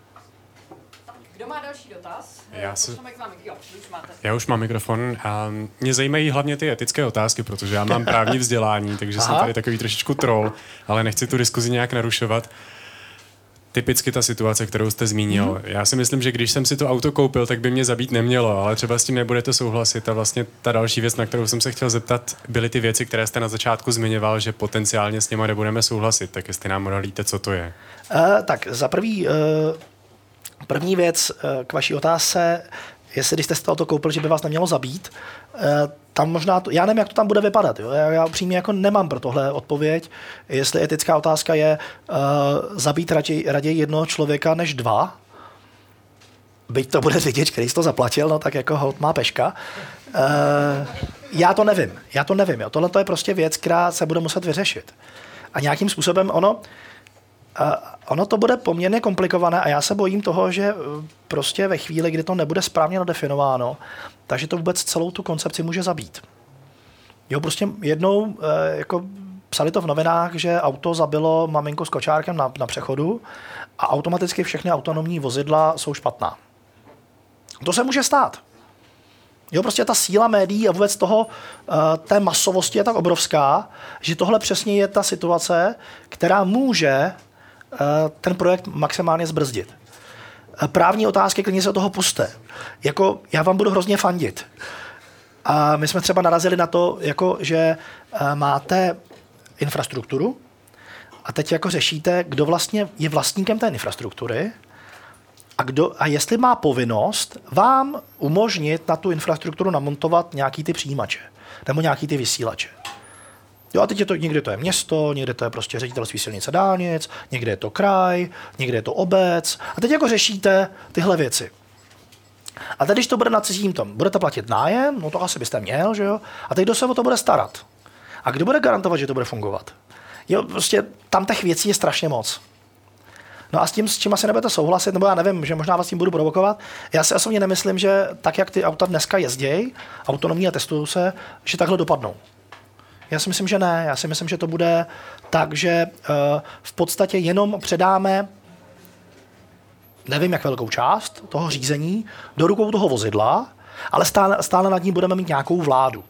Kdo má další dotaz? Já, se... jo, už máte. Já už mám mikrofon a mě zajímají hlavně ty etické otázky, protože já mám právní vzdělání, takže Aha. jsem tady takový trošičku troll, ale nechci tu diskuzi nějak narušovat. Typicky ta situace, kterou jste zmínil. Mm. Já si myslím, že když jsem si to auto koupil, tak by mě zabít nemělo, ale třeba s tím nebudete souhlasit. A vlastně ta další věc, na kterou jsem se chtěl zeptat, byly ty věci, které jste na začátku zmiňoval, že potenciálně s nimi nebudeme souhlasit. Tak jestli nám odhalíte, co to je. Uh, tak za prvý, uh, první věc uh, k vaší otázce, jestli když jste si to auto koupil, že by vás nemělo zabít, uh, tam možná, to, já nevím, jak to tam bude vypadat. Jo? Já, já upřímně jako nemám pro tohle odpověď. Jestli etická otázka je uh, zabít raději, raději jednoho člověka než dva, byť to bude řidič, který si to zaplatil, no tak jako holt má peška. Uh, já to nevím, já to nevím. Jo? Tohle to je prostě věc, která se bude muset vyřešit. A nějakým způsobem ono, uh, ono to bude poměrně komplikované a já se bojím toho, že prostě ve chvíli, kdy to nebude správně nadefinováno, takže to vůbec celou tu koncepci může zabít. Jo, prostě jednou eh, jako psali to v novinách, že auto zabilo maminku s kočárkem na, na přechodu a automaticky všechny autonomní vozidla jsou špatná. To se může stát. Jo, prostě ta síla médií a vůbec toho, eh, té masovosti je tak obrovská, že tohle přesně je ta situace, která může eh, ten projekt maximálně zbrzdit. Právní otázky, klidně se od toho puste. Jako, já vám budu hrozně fandit. A my jsme třeba narazili na to, jako, že máte infrastrukturu a teď jako řešíte, kdo vlastně je vlastníkem té infrastruktury a, kdo, a jestli má povinnost vám umožnit na tu infrastrukturu namontovat nějaký ty přijímače nebo nějaký ty vysílače. Jo, a teď je to, někde to je město, někde to je prostě ředitelství silnic a dálnic, někde je to kraj, někde je to obec. A teď jako řešíte tyhle věci. A teď, když to bude na cizím tom, budete platit nájem, no to asi byste měl, že jo? A teď kdo se o to bude starat? A kdo bude garantovat, že to bude fungovat? Jo, prostě tam těch věcí je strašně moc. No a s tím, s čím asi nebudete souhlasit, nebo já nevím, že možná vás tím budu provokovat, já si osobně nemyslím, že tak, jak ty auta dneska jezdějí, autonomní a testují se, že takhle dopadnou. Já si myslím, že ne. Já si myslím, že to bude tak, že uh, v podstatě jenom předáme, nevím jak velkou část toho řízení, do rukou toho vozidla, ale stále, stále nad ní budeme mít nějakou vládu.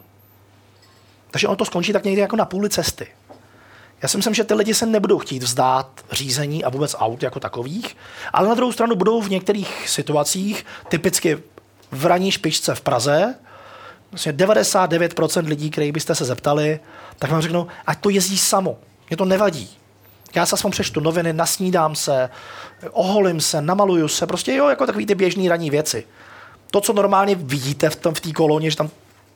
Takže ono to skončí tak někdy jako na půli cesty. Já si myslím, že ty lidi se nebudou chtít vzdát řízení a vůbec aut jako takových, ale na druhou stranu budou v některých situacích, typicky v ranní špičce v Praze, vlastně devadesát devět procent lidí, kterých byste se zeptali, tak vám řeknou, ať to jezdí samo. Mě to nevadí. Já se aspoň přečtu noviny, nasnídám se, oholím se, namaluju se, prostě jo, jako takový ty běžný ranní věci. To, co normálně vidíte v té v koloně, že tam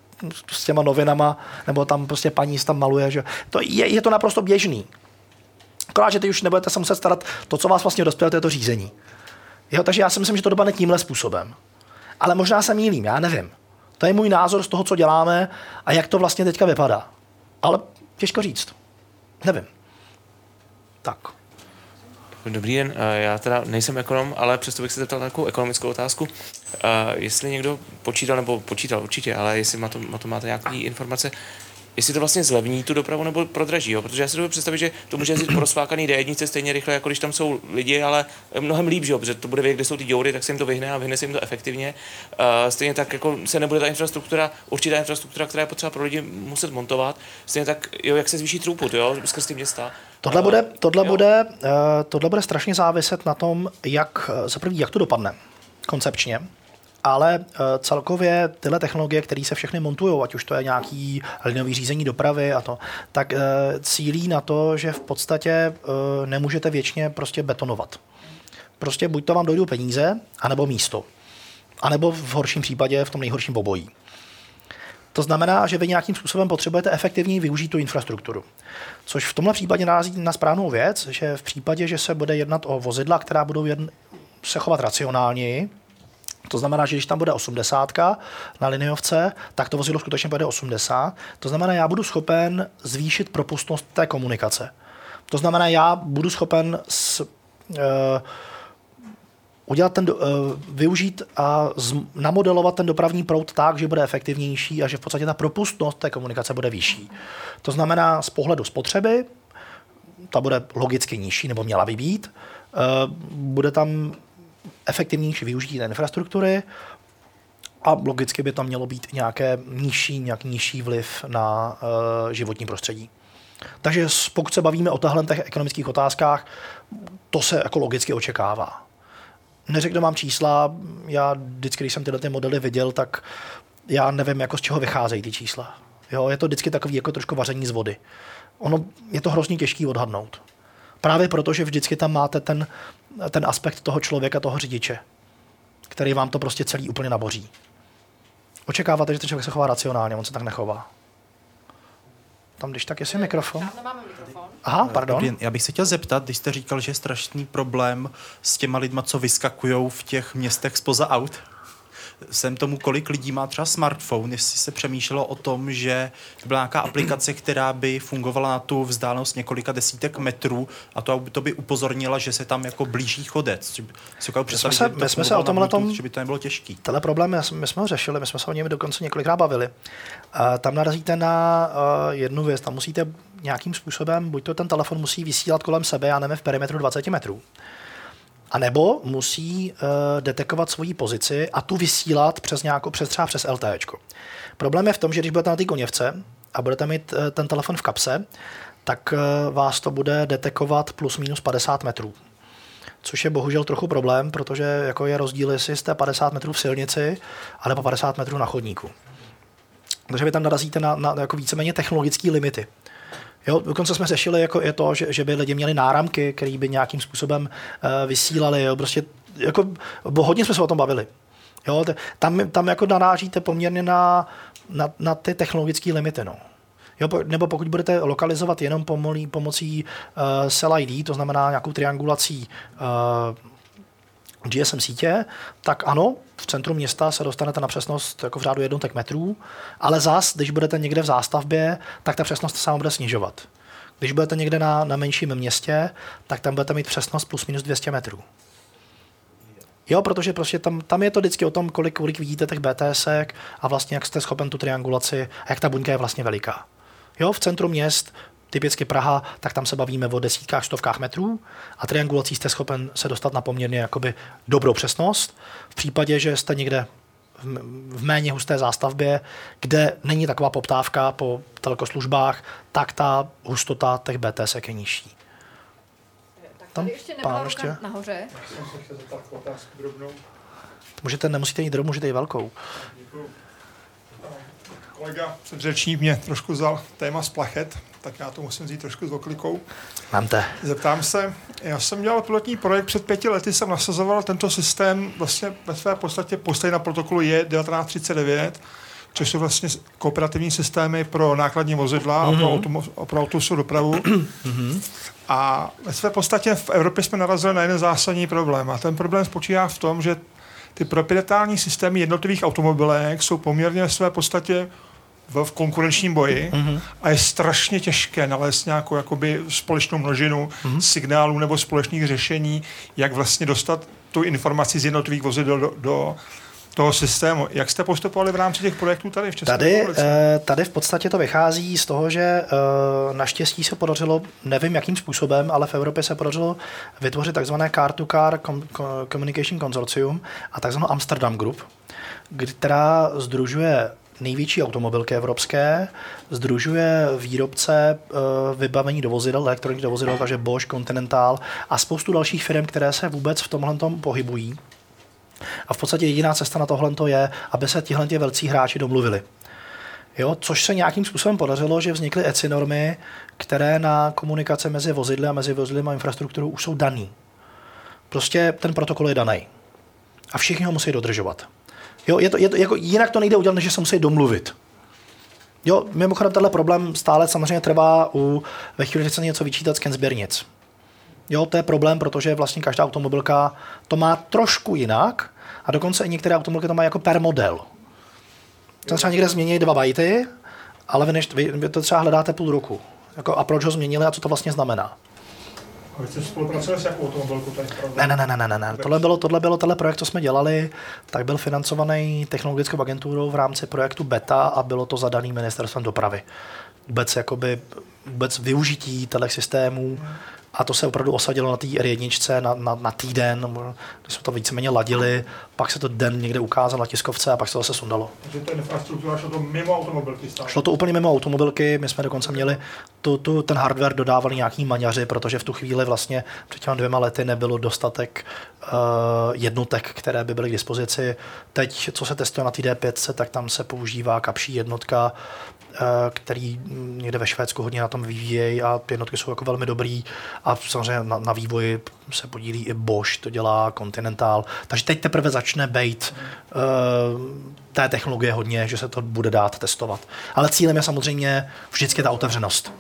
s těma novinama, nebo tam prostě paní se tam maluje, že to je, je to naprosto běžný. Akorát, že teď už nebudete se muset starat, to, co vás vlastně dospělo, to je to řízení. Jo, takže já si myslím, že to dopadne tímhle způsobem. Ale možná se mýlím, já nevím. To je můj názor z toho, co děláme a jak to vlastně teďka vypadá. Ale těžko říct. Nevím. Tak. Dobrý den, já teda nejsem ekonom, ale přesto bych se zeptal takovou ekonomickou otázku. Jestli někdo počítal, nebo počítal určitě, ale jestli má to, má to máte nějaké informace, jestli to vlastně zlevní tu dopravu nebo prodraží, jo? Protože já si dovedu představit, že to může jezdit po rozflákaný dé jedna stejně rychle, jako když tam jsou lidi, ale mnohem líp, že jo? Protože to bude vědět, kde jsou ty děury, tak se jim to vyhne a vyhne se jim to efektivně. Uh, stejně tak jako se nebude ta infrastruktura, určitá infrastruktura, která je potřeba pro lidi muset montovat. Stejně tak, jo, jak se zvýší throughput, jo, skrz ty města. Tohle bude, tohle bude, uh, tohle bude strašně záviset na tom, jak za první, jak to dopadne koncepčně. Ale uh, celkově tyhle technologie, které se všechny montují, ať už to je nějaký linový řízení dopravy a to, tak uh, cílí na to, že v podstatě uh, nemůžete věčně prostě betonovat. Prostě buď to vám dojdou peníze, anebo místo. A nebo v horším případě, v tom nejhorším obojí. To znamená, že vy nějakým způsobem potřebujete efektivněji využít tu infrastrukturu. Což v tomhle případě narazí na správnou věc, že v případě, že se bude jednat o vozidla, která budou jedn- se chovat racionálněji, To znamená, že když tam bude osmdesát na liniovce, tak to vozidlo skutečně bude osmdesát. To znamená, já budu schopen zvýšit propustnost té komunikace. To znamená, já budu schopen s, uh, udělat ten, uh, využít a z, namodelovat ten dopravní proud tak, že bude efektivnější a že v podstatě ta propustnost té komunikace bude vyšší. To znamená, z pohledu spotřeby, ta bude logicky nižší, nebo měla by být, uh, bude tam efektivnější využití té infrastruktury a logicky by tam mělo být nějaké nižší, nějaký nižší vliv na uh, životní prostředí. Takže pokud se bavíme o tahle těch ekonomických otázkách, to se jako logicky očekává. Neřeknu vám čísla, já vždycky, když jsem tyhle ty modely viděl, tak já nevím, jako z čeho vycházejí ty čísla. Jo, je to vždycky takový jako trošku vaření z vody. Ono je to hrozně těžký odhadnout. Právě proto, že vždycky tam máte ten, ten aspekt toho člověka, toho řidiče, který vám to prostě celý úplně naboří. Očekáváte, že ten člověk se chová racionálně, on se tak nechová. Tam když tak, jestli mikrofon. Tam nemáme mikrofon. Aha, pardon. Dobrý, já bych se chtěl zeptat, když jste říkal, že je strašný problém s těma lidma, co vyskakujou v těch městech spoza aut. Jsem tomu, kolik lidí má třeba smartphone, jestli se přemýšlelo o tom, že byla nějaká aplikace, která by fungovala na tu vzdálenost několika desítek metrů a to, to by upozornila, že se tam jako blíží chodec. My jsme se, my jsme se o tomhle tom, že by to nebylo těžký. Tenhle problém my jsme ho řešili, my jsme se o něm dokonce několikrát bavili. A tam narazíte na uh, jednu věc, tam musíte nějakým způsobem, buď to ten telefon musí vysílat kolem sebe, já nevím, v perimetru dvacet metrů. A nebo musí uh, detekovat svoji pozici a tu vysílat přes nějakou, přes třeba přes LTEčko. Problém je v tom, že když budete na té koněvce a budete mít uh, ten telefon v kapse, tak uh, vás to bude detekovat plus minus padesát metrů. Což je bohužel trochu problém, protože jako je rozdíl, jestli jste padesát metrů v silnici, anebo padesát metrů na chodníku. Takže vy tam narazíte na, na jako víceméně technologické limity. Jo, dokonce jsme řešili, jako je to, že, že by lidi měli náramky, které by nějakým způsobem uh, vysílali. Jo, prostě, jako, bo hodně jsme se o tom bavili. Jo, tam, tam jako narážíte poměrně na, na, na ty technologické limity. No. Jo, nebo pokud budete lokalizovat jenom pomolí, pomocí uh, Cell I D, to znamená nějakou triangulací uh, G S M sítě, tak ano, v centru města se dostanete na přesnost jako v řádu jednotek metrů, ale zas, když budete někde v zástavbě, tak ta přesnost se vám bude snižovat. Když budete někde na, na menším městě, tak tam budete mít přesnost plus minus dvě stě metrů. Jo, protože prostě tam, tam je to vždycky o tom, kolik, kolik vidíte těch BTSek a vlastně jak jste schopen tu triangulaci a jak ta buňka je vlastně veliká. Jo, v centru měst, typicky Praha, tak tam se bavíme o desítkách, stovkách metrů a triangulací jste schopen se dostat na poměrně jakoby dobrou přesnost. V případě, že jste někde v méně husté zástavbě, kde není taková poptávka po telekoslužbách, tak ta hustota těch BTSek je nižší. Tak tady ještě nebyla ruka ještě nahoře. Můžete, nemusíte jít drobnou, můžete jít velkou. Děkuju. Kolega předřečník mě trošku vzal téma z plachet, tak já to musím vzít trošku s oklikou. Mám te. Zeptám se, já jsem dělal pilotní projekt, před pěti lety jsem nasazoval tento systém vlastně ve své podstatě postaví na protokolu J devatenáct třicet devět, což jsou vlastně kooperativní systémy pro nákladní vozidla mm-hmm. a pro, auto, pro autobusovou dopravu. Mm-hmm. A ve své podstatě v Evropě jsme narazili na jeden zásadní problém. A ten problém spočívá v tom, že ty proprietární systémy jednotlivých automobilek jsou poměrně ve své podstatě v, v konkurenčním boji mm-hmm. a je strašně těžké nalézt nějakou jakoby společnou množinu mm-hmm. signálů nebo společných řešení, jak vlastně dostat tu informaci z jednotlivých vozidel do, do toho systému. Jak jste postupovali v rámci těch projektů tady v České tady, eh, tady v podstatě to vychází z toho, že eh, naštěstí se podařilo, nevím jakým způsobem, ale v Evropě se podařilo vytvořit takzvané Car-to-Car Communication Consortium a takzvanou Amsterdam Group, která sdružuje největší automobilky evropské, sdružuje výrobce e, vybavení do vozidel, elektroniky do vozidel, takže Bosch, Continental a spoustu dalších firm, které se vůbec v tomhletom pohybují. A v podstatě jediná cesta na tohle je, aby se tihle velcí hráči domluvili. Jo, což se nějakým způsobem podařilo, že vznikly E C I normy, které na komunikace mezi vozidly a mezi vozidly a infrastrukturou už jsou daný. Prostě ten protokol je daný. A všichni ho musí dodržovat. Jo, je to, je to, jako, jinak to nejde udělat, než že se musí domluvit. Jo, mimochodem tenhle problém stále samozřejmě trvá u, ve chvíli, že se něco vyčítat z sběrnic. Jo, to je problém, protože vlastně každá automobilka to má trošku jinak a dokonce i některé automobilky to mají jako per model. To třeba někde změní dva bajty, ale vy, než, vy, vy to třeba hledáte půl roku. Jako, a proč ho změnili a co to vlastně znamená? A vy jste spolupracovali s jakou automobilkou? Ne, ne, ne, ne, ne, ne. Tohle bylo, tohle bylo, tenhle projekt, co jsme dělali, tak byl financovaný technologickou agenturou v rámci projektu Beta a bylo to zadaný ministerstvem dopravy. Vůbec, jakoby, vůbec využití těchto systémů a to se opravdu osadilo na té R jedna na, na, na týden, když jsme to víceméně ladili, pak se to den někde ukázalo na tiskovce a pak se to zase sundalo. Takže ta infrastruktura šlo to mimo automobilky stále? Šlo to úplně mimo automobilky, my jsme dokonce měli tu, tu, ten hardware dodávali nějaký maňaři, protože v tu chvíli vlastně před těmi dvěma lety nebylo dostatek uh, jednotek, které by byly k dispozici. Teď, co se testuje na té D pět, tak tam se používá kapší jednotka, který někde ve Švédsku hodně na tom vyvíjejí a ty jednotky jsou jako velmi dobrý a samozřejmě na, na vývoji se podílí i Bosch, to dělá Continental, takže teď teprve začne být uh, té technologie hodně, že se to bude dát testovat. Ale cílem je samozřejmě vždycky ta otevřenost.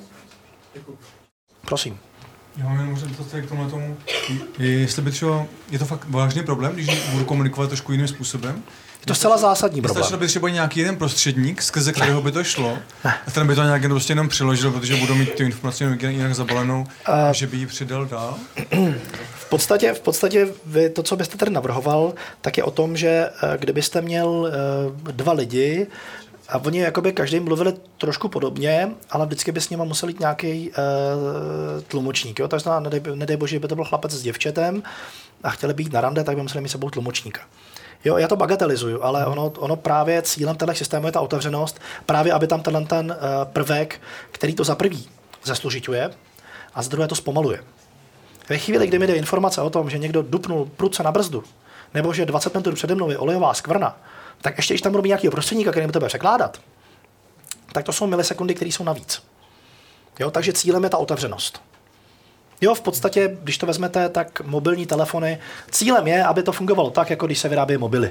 Prosím. Já mám jenom možná dostat k tomu tomu, jestli by třeba, je to fakt vážný problém, když budu komunikovat trošku jiným způsobem. Je to zcela zásadní problém. Stačilo by třeba nějaký jeden prostředník, skrze kterého by to šlo, a ten by to nějak prostě jenom přiložil, protože budou mít tu informaci jinak zabalenou, a že by ji přidal dál? V podstatě, v podstatě vy, to, co byste tady navrhoval, tak je o tom, že kdybyste měl dva lidi, a oni jakoby každý mluvili trošku podobně, ale vždycky by s nimi musel jít nějaký uh, tlumočník. Jo? Takže nedej, nedej bože, by to byl chlapec s děvčetem a chtěli být na rande, tak by museli mít sebou tlumočníka. Jo, já to bagatelizuju, ale ono, ono právě cílem těchto systému je ta otevřenost, právě aby tam tenhle ten uh, prvek, který to za prvý zeslužiťuje a za druhé to zpomaluje. Ve chvíli, kdy mi jde informace o tom, že někdo dupnul prudce na brzdu, nebo že dvacet metrů přede mnou je olejová skvrna, tak ještě, když tam budou nějakého prostředníka, který mi to bude překládat, tak to jsou milisekundy, které jsou navíc. Jo, takže cílem je ta otevřenost. Jo, v podstatě, když to vezmete, tak mobilní telefony, cílem je, aby to fungovalo tak, jako když se vyrábí mobily.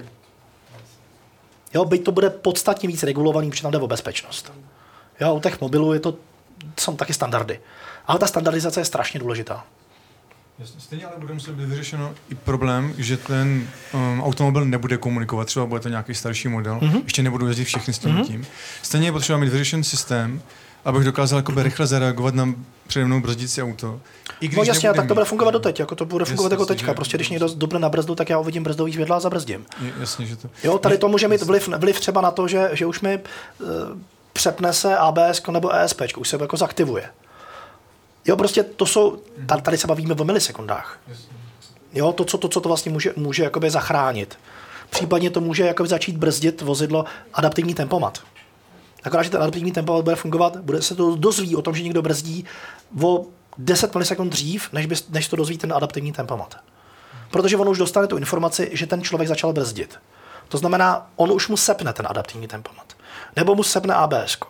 Jo, byť to bude podstatně víc regulovaný, protože tam jde o bezpečnost. Jo, u těch mobilů je to, jsou taky standardy. Ale ta standardizace je strašně důležitá. Jasně, stejně ale bude muset být vyřešeno i problém, že ten um, automobil nebude komunikovat, třeba bude to nějaký starší model, mm-hmm. ještě nebudou jezdit všichni s tím mm-hmm. tím. Stejně je potřeba mít vyřešen systém, abych dokázal jakoby rychle zareagovat na přede mnou brzdící auto. I když no jasně, tak to bude mít. fungovat doteď, jako to bude fungovat jasně, jako teďka. Prostě když někdo dupne na brzdu, tak já uvidím brzdový světla a zabrzdím. Je, jasně, že to... Jo, tady to může mít vliv, vliv třeba na to, že, že už mi uh, přepne se A B S nebo E S P, už se jako zaktivuje. Jo, prostě to jsou, tady se bavíme o milisekundách. Jo, to, co to, co to vlastně může, může jakoby zachránit. Případně to může jakoby začít brzdit vozidlo adaptivní tempomat. Akorát, že ten adaptivní tempomat bude fungovat, bude se to dozví o tom, že někdo brzdí o deset milisekund dřív, než, by, než to dozví ten adaptivní tempomat. Protože on už dostane tu informaci, že ten člověk začal brzdit. To znamená, on už mu sepne ten adaptivní tempomat. Nebo mu sepne A B S ko.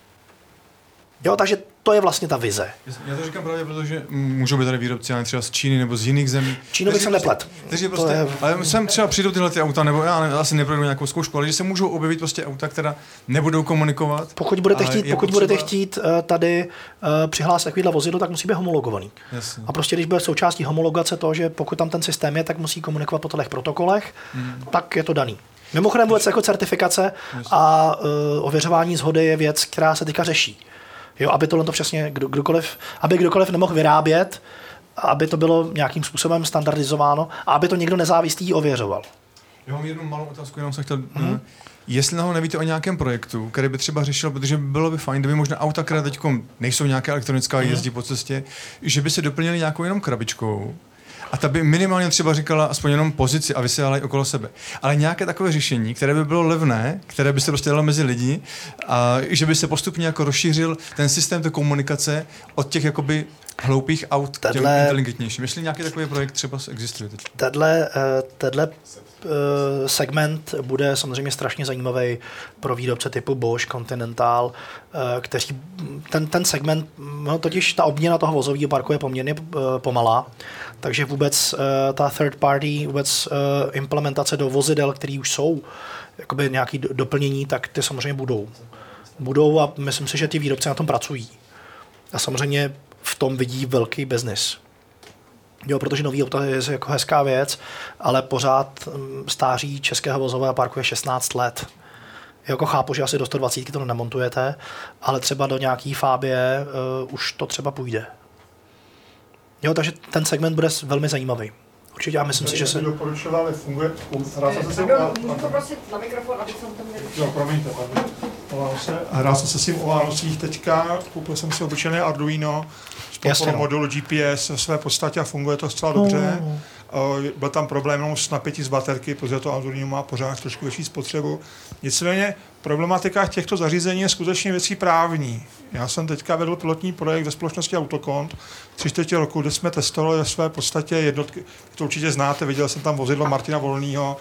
Jo, takže to je vlastně ta vize. Já to říkám právě, protože můžou být tady výrobci třeba z Číny nebo z jiných zemí. Čínu bych jsem neplet. Takže prostě, je... ale sem třeba přijdou tyhle ty auta, nebo já asi neprojdu nějakou zkoušku, ale že se můžou objevit prostě auta, která nebudou komunikovat. Pokud budete chtít, pokud potřeba... budete chtít uh, tady uh, přihlásit takovýhle vozidlo, tak musí být homologovaný. Jasně. A prostě když bude součástí homologace to, že pokud tam ten systém je, tak musí komunikovat po těch protokolech, hmm. tak je to daný. Mimochodem vůbec jako certifikace Jasně. a uh, ověřování shody je věc, která se teďka řeší. Jo, aby tohle to přesně kdo, kdokoliv, aby kdokoliv nemohl vyrábět, aby to bylo nějakým způsobem standardizováno a aby to někdo nezávislý ověřoval. Já mám jednu malou otázku, jenom jsem chtěl... Mm-hmm. Jestli náhodou nevíte o nějakém projektu, který by třeba řešil, protože bylo by fajn, kdyby možná auta, které teď nejsou nějaké elektronická a jezdí po cestě, že by se doplnili nějakou jenom krabičkou, a ta by minimálně třeba říkala aspoň jenom pozici a vysílala ji okolo sebe. Ale nějaké takové řešení, které by bylo levné, které by se prostě dalo mezi lidi a že by se postupně jako rozšířil ten systém té komunikace od těch jakoby hloupých aut k těm inteligentnějším. Jestli nějaký takový projekt třeba existuje teď. Tenhle segment bude samozřejmě strašně zajímavý pro výrobce typu Bosch, Continental, kteří ten, ten segment, no totiž ta obměna toho vozového parku je poměrně pomalá, takže vůbec ta third party, vůbec implementace do vozidel, které už jsou jakoby nějaké doplnění, tak ty samozřejmě budou. Budou a myslím si, že ty výrobci na tom pracují. A samozřejmě v tom vidí velký biznis. Jo, protože nový auta je jako hezká věc, ale pořád stáří českého vozového parku je šestnáct let. Jako chápu, že asi do sto dvacet to nemontujete, ale třeba do nějaký Fabie uh, už to třeba půjde. Jo, takže ten segment bude velmi zajímavý. Určitě, já myslím si, že se... Doporučoval, funguje... Můžu poprosit na mikrofon, abych jsem to měl... Jo, promiňte, pardon. Hrál jsem se s tím o Vánocích teďka, koupil jsem si obyčejné Arduino, s podporou modulu G P S ve své podstatě a funguje to zcela dobře. Uh, byl tam problém s napětí z baterky, protože to Arduino má pořád trošku větší spotřebu. Nicméně problematika těchto zařízení je skutečně věcí právní. Já jsem teďka vedl pilotní projekt ve společnosti Autokont tři čtvrtě roku, kde jsme testovali ve své podstatě jednotky. To určitě znáte, viděl jsem tam vozidlo Martina Volného,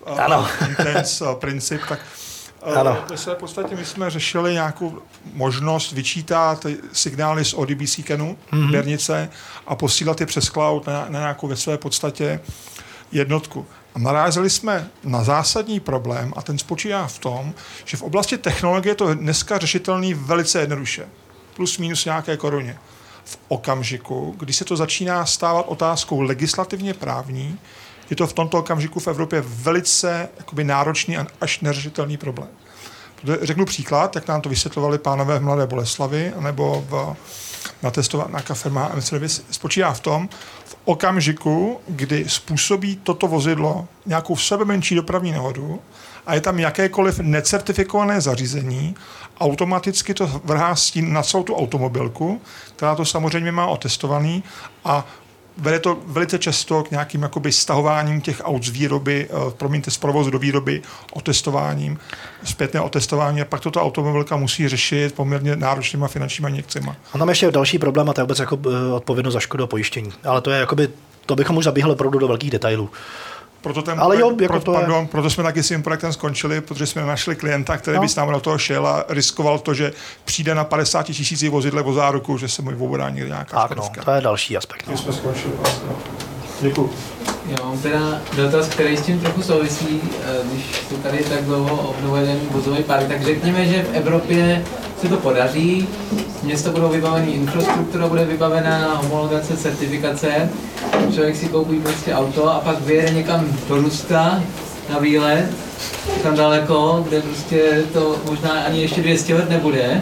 uh, Intense uh, Princip, tak Ano. Ve své podstatě my jsme řešili nějakou možnost vyčítat signály z O D B C Canu, mm-hmm. bernice, a posílat je přes cloud na, na nějakou ve své podstatě jednotku. A narazili jsme na zásadní problém a ten spočívá v tom, že v oblasti technologie je to dneska řešitelný velice jednoduše. Plus minus nějaké koruně. V okamžiku, kdy se to začíná stávat otázkou legislativně právní, je to v tomto okamžiku v Evropě velice jakoby náročný a až neřešitelný problém. Řeknu příklad, jak nám to vysvětlovali pánové v Mladé Boleslavi, nebo v, na testovaná firma M Service, spočívá v tom, v okamžiku, kdy způsobí toto vozidlo nějakou sebe menší dopravní nehodu a je tam jakékoliv necertifikované zařízení, automaticky to vrhá stín na celou tu automobilku, která to samozřejmě má otestovaný, a vede to velice často k nějakým jakoby stahováním těch aut z výroby, uh, promiňte, z provozu do výroby, otestováním, zpětné otestování, a pak toto automobilka musí řešit poměrně náročnýma finančníma injekcema. A tam ještě další problém, a to je vůbec jako odpovědnost za škodu a pojištění. Ale to je jakoby, to bychom už zabíhali opravdu do velkých detailů. Proto, ten Ale projekt, jo, jako proto, to pardon, je... proto jsme taky s tím projektem skončili, protože jsme našli klienta, který no. by s námi do toho šel a riskoval to, že přijde na padesát tisíc vozidle o záruku, že se mu obodá někde nějaká tak, no, to je další aspekt. No. jsme skončili vlastně. Děkuji. Já mám teda dotaz, který s tím trochu souvisí, když se tady tak dlouho obnovuje ten vozový park, tak řekněme, že v Evropě se to podaří, města budou vybavený, infrastruktura bude vybavená na homologace, certifikace, člověk si koupí prostě auto a pak vyjede někam do Ruska na výlet, tam daleko, kde prostě to možná ani ještě dvě stě let nebude.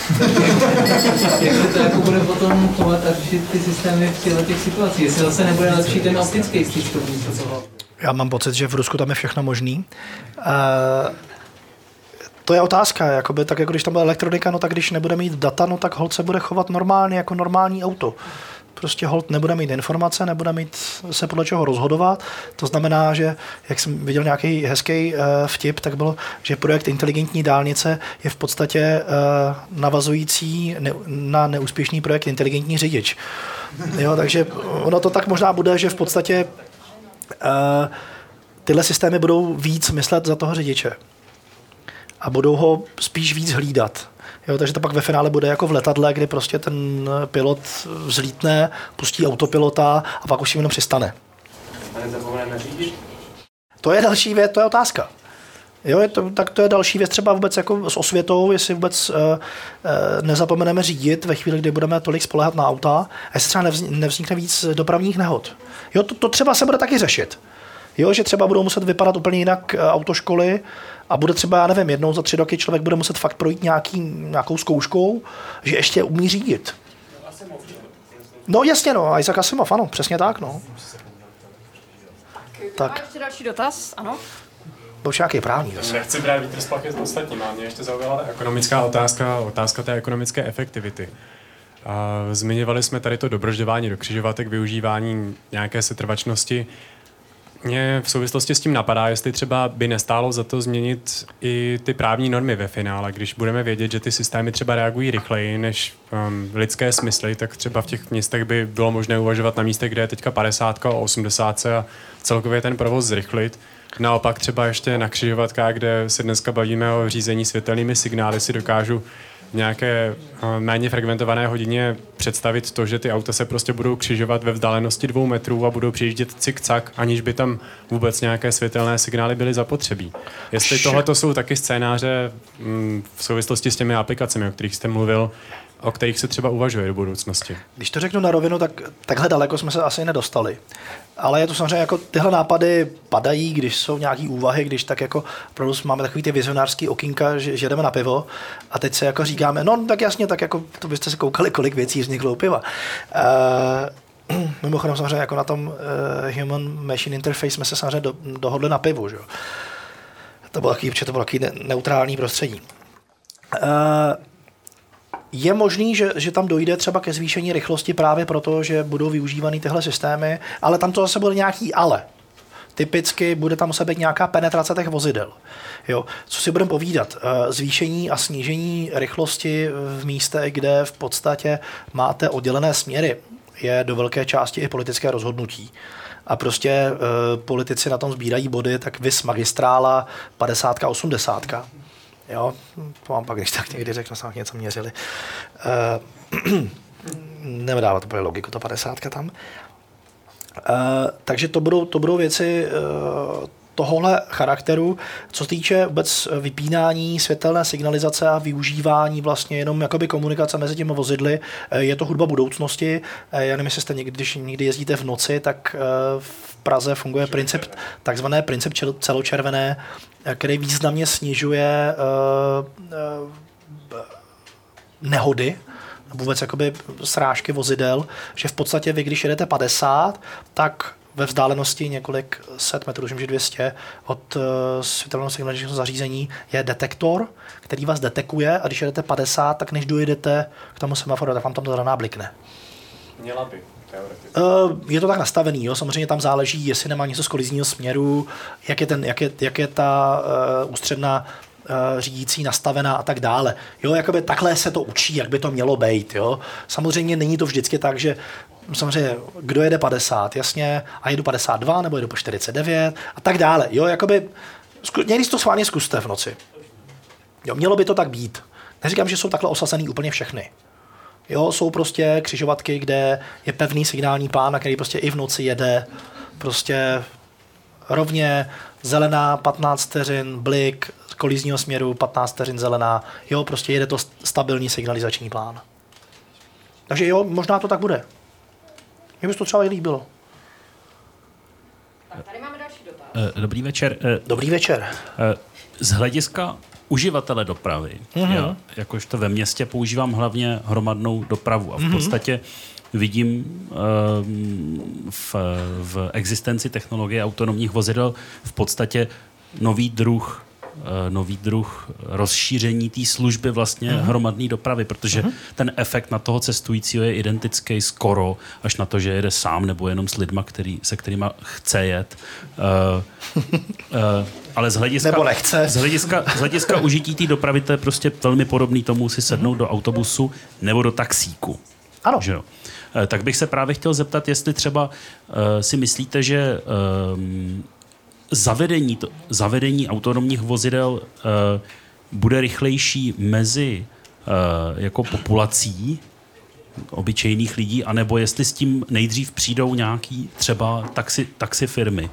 Jak se to jako bude potom chovat a řešit ty systémy v těchto těch situacích? Jestli zase nebude lepší ten optický styk toho? Já mám pocit, že v Rusku tam je všechno možný. Uh, to je otázka, jakoby, tak jako když tam bude elektronika, no tak když nebude mít data, no tak holt se bude chovat normálně jako normální auto. Prostě holt nebude mít informace, nebude mít se podle čeho rozhodovat. To znamená, že, jak jsem viděl nějaký hezký uh, vtip, tak bylo, že projekt inteligentní dálnice je v podstatě uh, navazující ne, na neúspěšný projekt inteligentní řidič. Jo, takže ono to tak možná bude, že v podstatě uh, tyhle systémy budou víc myslet za toho řidiče a budou ho spíš víc hlídat. Jo, takže to pak ve finále bude jako v letadle, kdy prostě ten pilot vzlítne, pustí autopilota a pak už si jenom přistane. A nezapomeneme řídit? To je další věc, to je otázka. Jo, je to, tak to je další věc třeba vůbec jako s osvětou, jestli vůbec uh, uh, nezapomeneme řídit ve chvíli, kdy budeme tolik spoléhat na auta, a jestli třeba nevznikne víc dopravních nehod. Jo, to, to třeba se bude taky řešit. Jo, že třeba budou muset vypadat úplně jinak autoškoly a bude třeba, já nevím, jednou za tři roky člověk bude muset fakt projít nějaký, nějakou zkouškou, že ještě umí řídit. No jasně, no, Isaac Asimov, ano, přesně tak, no. Tak. Ještě další dotaz, ano. To už nějaký právní zase. Nechci brát vítr z plachet ostatním, a mě ještě zaujala ekonomická otázka, otázka té ekonomické efektivity. Uh, zmiňovali jsme tady to dobrožďování do křižovatek, využívání nějaké setrvačnosti. Mě v souvislosti s tím napadá, jestli třeba by nestálo za to změnit i ty právní normy ve finále. Když budeme vědět, že ty systémy třeba reagují rychleji než um, lidské smysly, tak třeba v těch městech by bylo možné uvažovat na místech, kde je teďka padesát o osmdesát a celkově ten provoz zrychlit. Naopak třeba ještě na křižovatkách, kde se dneska bavíme o řízení světelnými signály, si dokážu v nějaké méně frekventované hodině představit to, že ty auta se prostě budou křižovat ve vzdálenosti dvou metrů a budou přijíždět cik-cak, aniž by tam vůbec nějaké světelné signály byly zapotřebí. Jestli tohle to jsou taky scénáře v souvislosti s těmi aplikacemi, o kterých jste mluvil, o kterých se třeba uvažuje do budoucnosti? Když to řeknu na rovinu, tak takhle daleko jsme se asi nedostali. Ale je to samozřejmě jako tyhle nápady padají, když jsou nějaký úvahy, když tak jako opravdu máme takový ty vizionářský okýnka, že, že jdeme na pivo a teď se jako říkáme, no tak jasně, tak jako to byste se koukali, kolik věcí vzniklo u piva. Uh, mimochodem samozřejmě jako na tom uh, Human Machine Interface jsme se samozřejmě do, dohodli na pivu, že jo. To bylo takový, to bylo takový ne, neutrální prostředí. Uh, Je možný, že, že tam dojde třeba ke zvýšení rychlosti právě proto, že budou využívaný tyhle systémy, ale tam to zase bude nějaký ale. Typicky bude tam muset být nějaká penetrace těch vozidel. Jo. Co si budeme povídat? Zvýšení a snížení rychlosti v místech, kde v podstatě máte oddělené směry, je do velké části i politické rozhodnutí. A prostě e, politici na tom sbírají body, tak vis magistrála padesátka, osmdesátka. Jo, to vám pak, když tak někdy řeknu, jsme něco měřili. Uh, Nedává to úplně logiku, to padesátka tam. Uh, takže to budou, to budou věci uh, tohohle charakteru. Co se týče vůbec vypínání světelné signalizace a využívání vlastně jenom jakoby komunikace mezi těmi vozidly, je to hudba budoucnosti. Já nevím, jestli jste někdy, když někdy jezdíte v noci, tak v Praze funguje princip, takzvané princip celočervené, který významně snižuje nehody, vůbec jakoby srážky vozidel, že v podstatě vy, když jedete padesát, tak ve vzdálenosti několik set metrů, že dvě stě od uh, světelného signalizačního zařízení je detektor, který vás detekuje a když jedete padesát, tak než dojedete k tomu semaforu, tak vám tam to zelená blikne. Měla by, teoreticky. Uh, je to tak nastavený, jo? Samozřejmě tam záleží, jestli nemá něco z kolizního směru, jak je, ten, jak je, jak je ta uh, ústředná uh, řídící nastavená a tak dále. Jo, jakoby takhle se to učí, jak by to mělo být. Jo? Samozřejmě není to vždycky tak, že samozřejmě, kdo jede padesát, jasně, a jedu padesát dva, nebo jedu po čtyřicet devět a tak dále. Jo, jakoby, někdy si to schválně zkuste v noci. Jo, mělo by to tak být. Neříkám, že jsou takhle osazený úplně všechny. Jo, jsou prostě křižovatky, kde je pevný signální plán, na který prostě i v noci jede prostě rovně zelená patnáct vteřin, blik z kolizního směru patnáct vteřin zelená. Jo, prostě jede to stabilní signalizační plán. Takže jo, možná to tak bude. Mně by to třeba i líbilo. Tady máme další dotaz. Dobrý večer. Dobrý večer. Z hlediska uživatele dopravy, mm-hmm. já, jakožto ve městě používám hlavně hromadnou dopravu a v mm-hmm. podstatě vidím uh, v, v existenci technologie autonomních vozidel v podstatě nový druh nový druh rozšíření té služby vlastně uh-huh. hromadné dopravy, protože uh-huh. ten efekt na toho cestujícího je identický skoro, až na to, že jede sám nebo jenom s lidma, který, se kterýma chce jet. Uh, uh, ale z hlediska, nebo nechce. Z hlediska, z hlediska užití té dopravy to je prostě velmi podobný tomu si sednout uh-huh. do autobusu nebo do taxíku. Ano. Že jo? Uh, tak bych se právě chtěl zeptat, jestli třeba uh, si myslíte, že um, Zavedení, to, zavedení autonomních vozidel uh, bude rychlejší mezi uh, jako populací obyčejných lidí, anebo jestli s tím nejdřív přijdou nějaký třeba taxi, taxi firmy,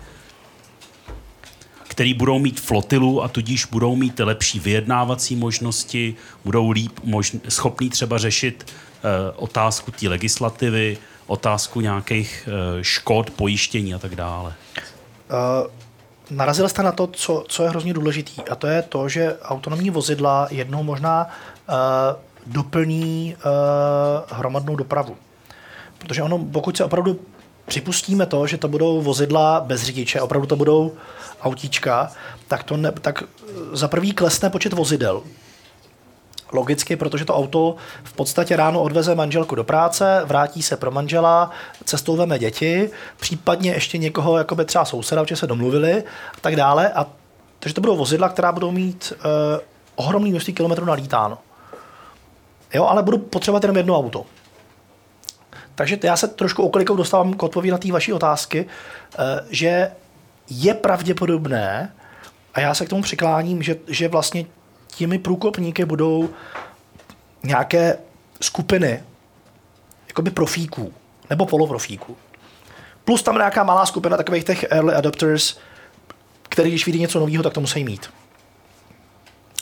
který budou mít flotilu a tudíž budou mít lepší vyjednávací možnosti, budou líp možn- schopní třeba řešit uh, otázku té legislativy, otázku nějakých uh, škod, pojištění a tak dále. Uh... Narazil jste na to, co, co je hrozně důležitý, a to je to, že autonomní vozidla jednou možná uh, doplní uh, hromadnou dopravu. Protože ono, pokud se opravdu připustíme to, že to budou vozidla bez řidiče, opravdu to budou autíčka, tak, to ne, tak za prvý klesne počet vozidel. Logicky, protože to auto v podstatě ráno odveze manželku do práce, vrátí se pro manžela, cestou veme děti, případně ještě někoho, jako by třeba souseda, protože se domluvili a tak dále. A, takže to budou vozidla, která budou mít uh, ohromný množství kilometrů nalítáno. Jo, ale budu potřebovat jenom jedno auto. Takže já se trošku okolikou dostávám k odpovědi na té vaší otázky, uh, že je pravděpodobné, a já se k tomu přikláním, že, že vlastně těmi průkopníky budou nějaké skupiny jakoby profíků nebo poloprofíků. Plus tam nějaká malá skupina takových těch early adopters, který když vidí něco nového, tak to musí mít.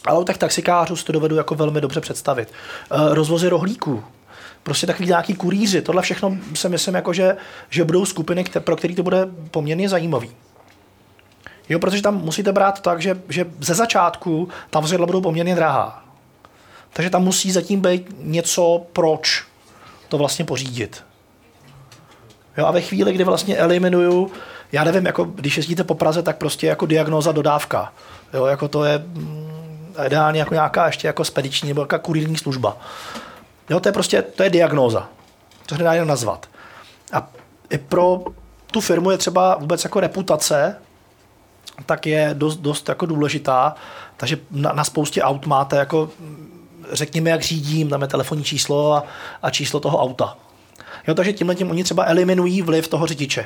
Ale u těch taxikářů si to dovedu jako velmi dobře představit. E, rozvozy rohlíků, prostě takový nějaký kurýři, tohle všechno si myslím, jako že, že budou skupiny, které, pro které to bude poměrně zajímavý. Jo, protože tam musíte brát tak, že, že ze začátku ta vozidla budou poměrně drahá. Takže tam musí zatím být něco, proč to vlastně pořídit. Jo, a ve chvíli, kdy vlastně eliminuju, já nevím, jako když jezdíte po Praze, tak prostě jako diagnóza dodávka. Jo, jako to je mm, ideálně jako nějaká ještě jako spediční nebo nějaká kurýrní služba. Jo, to je prostě, to je diagnóza. To se nedá jen nazvat. A i pro tu firmu je třeba vůbec jako reputace, tak je dost, dost jako důležitá. Takže na, na spoustě aut máte jako, řekněme, jak řídím, dáme telefonní číslo a, a číslo toho auta. Jo, takže tímhle tím oni třeba eliminují vliv toho řidiče.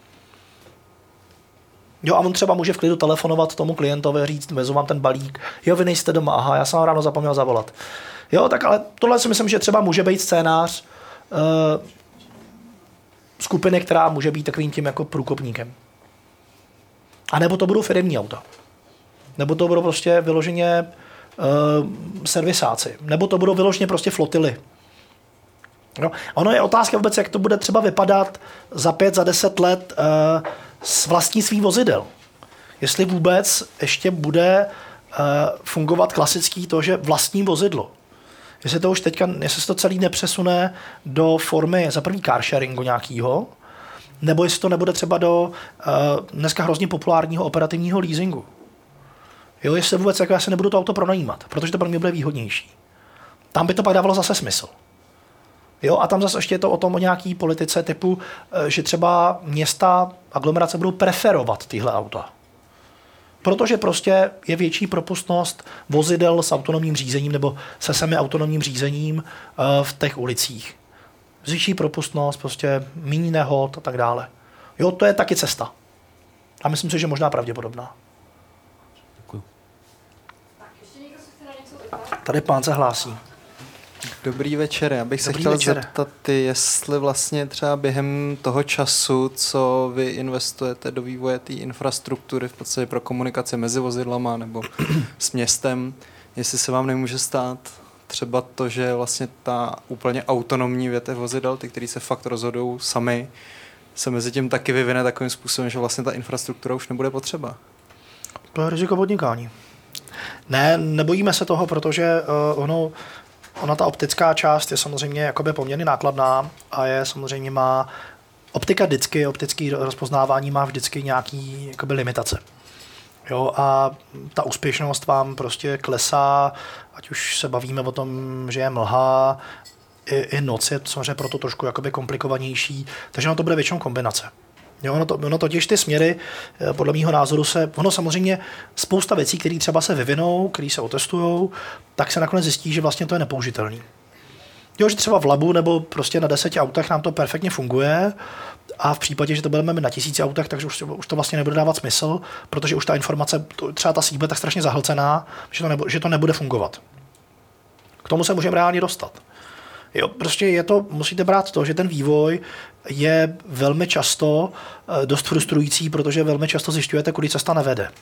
Jo, a on třeba může v klidu telefonovat tomu klientovi, říct, vezu vám ten balík, jo, vy nejste doma, aha, já jsem vám ráno zapomněl zavolat. Jo, tak ale tohle si myslím, že třeba může být scénář uh, skupiny, která může být takovým tím jako průkopníkem. A nebo to budou firemní auta. Nebo to budou prostě vyloženě uh, servisáci. Nebo to budou vyloženě prostě flotily. No, ono je otázka vůbec, jak to bude třeba vypadat za pět, za deset let uh, s vlastnictví vozidel. Jestli vůbec ještě bude uh, fungovat klasický to, že vlastní vozidlo. Jestli to už teďka, jestli se to celý nepřesune do formy za první carsharingu nějakýho, nebo jestli to nebude třeba do uh, dneska hrozně populárního operativního leasingu. Jo, jestli vůbec jako já se nebudu to auto pronajímat, protože to pro mě bude výhodnější. Tam by to pak dávalo zase smysl. Jo, a tam zase ještě je to o tom o nějaký politice typu, že třeba města, aglomerace budou preferovat tyhle auta. Protože prostě je větší propustnost vozidel s autonomním řízením nebo se semi-autonomním řízením v těch ulicích. Zvýší propustnost, prostě méně nehod a tak dále. Jo, to je taky cesta. A myslím si, že možná pravděpodobná. Děkuji. Tady pán se hlásí. Dobrý večer, já bych Dobrý se chtěl večer. zeptat, jestli vlastně třeba během toho času, co vy investujete do vývoje té infrastruktury v podstatě pro komunikaci mezi vozidlama nebo s městem, jestli se vám nemůže stát třeba to, že vlastně ta úplně autonomní větev vozidel, ty, který se fakt rozhodou sami, se mezi tím taky vyvine takovým způsobem, že vlastně ta infrastruktura už nebude potřeba. To je riziko podnikání. Ne, nebojíme se toho, protože uh, ono Ona ta optická část je samozřejmě jakoby poměrně nákladná a je samozřejmě má, optika vždycky, optické rozpoznávání má vždycky nějaký jakoby limitace. Jo, a ta úspěšnost vám prostě klesá, ať už se bavíme o tom, že je mlha, i, i noc je samozřejmě proto trošku jakoby komplikovanější, takže ono to bude většinou kombinace. Jo, ono, to, ono totiž ty směry, podle mého názoru se, ono samozřejmě spousta věcí, které třeba se vyvinou, které se otestujou, tak se nakonec zjistí, že vlastně to je nepoužitelný. Jo, že třeba v labu nebo prostě na deseti autech nám to perfektně funguje a v případě, že to budeme mít na tisíci autech, takže už, už to vlastně nebude dávat smysl, protože už ta informace, třeba ta síť bude tak strašně zahlcená, že to, nebude, že to nebude fungovat. K tomu se můžeme reálně dostat. Jo, prostě je to, musíte brát to, že ten vývoj je velmi často dost frustrující, protože velmi často zjišťujete, kudy cesta nevede.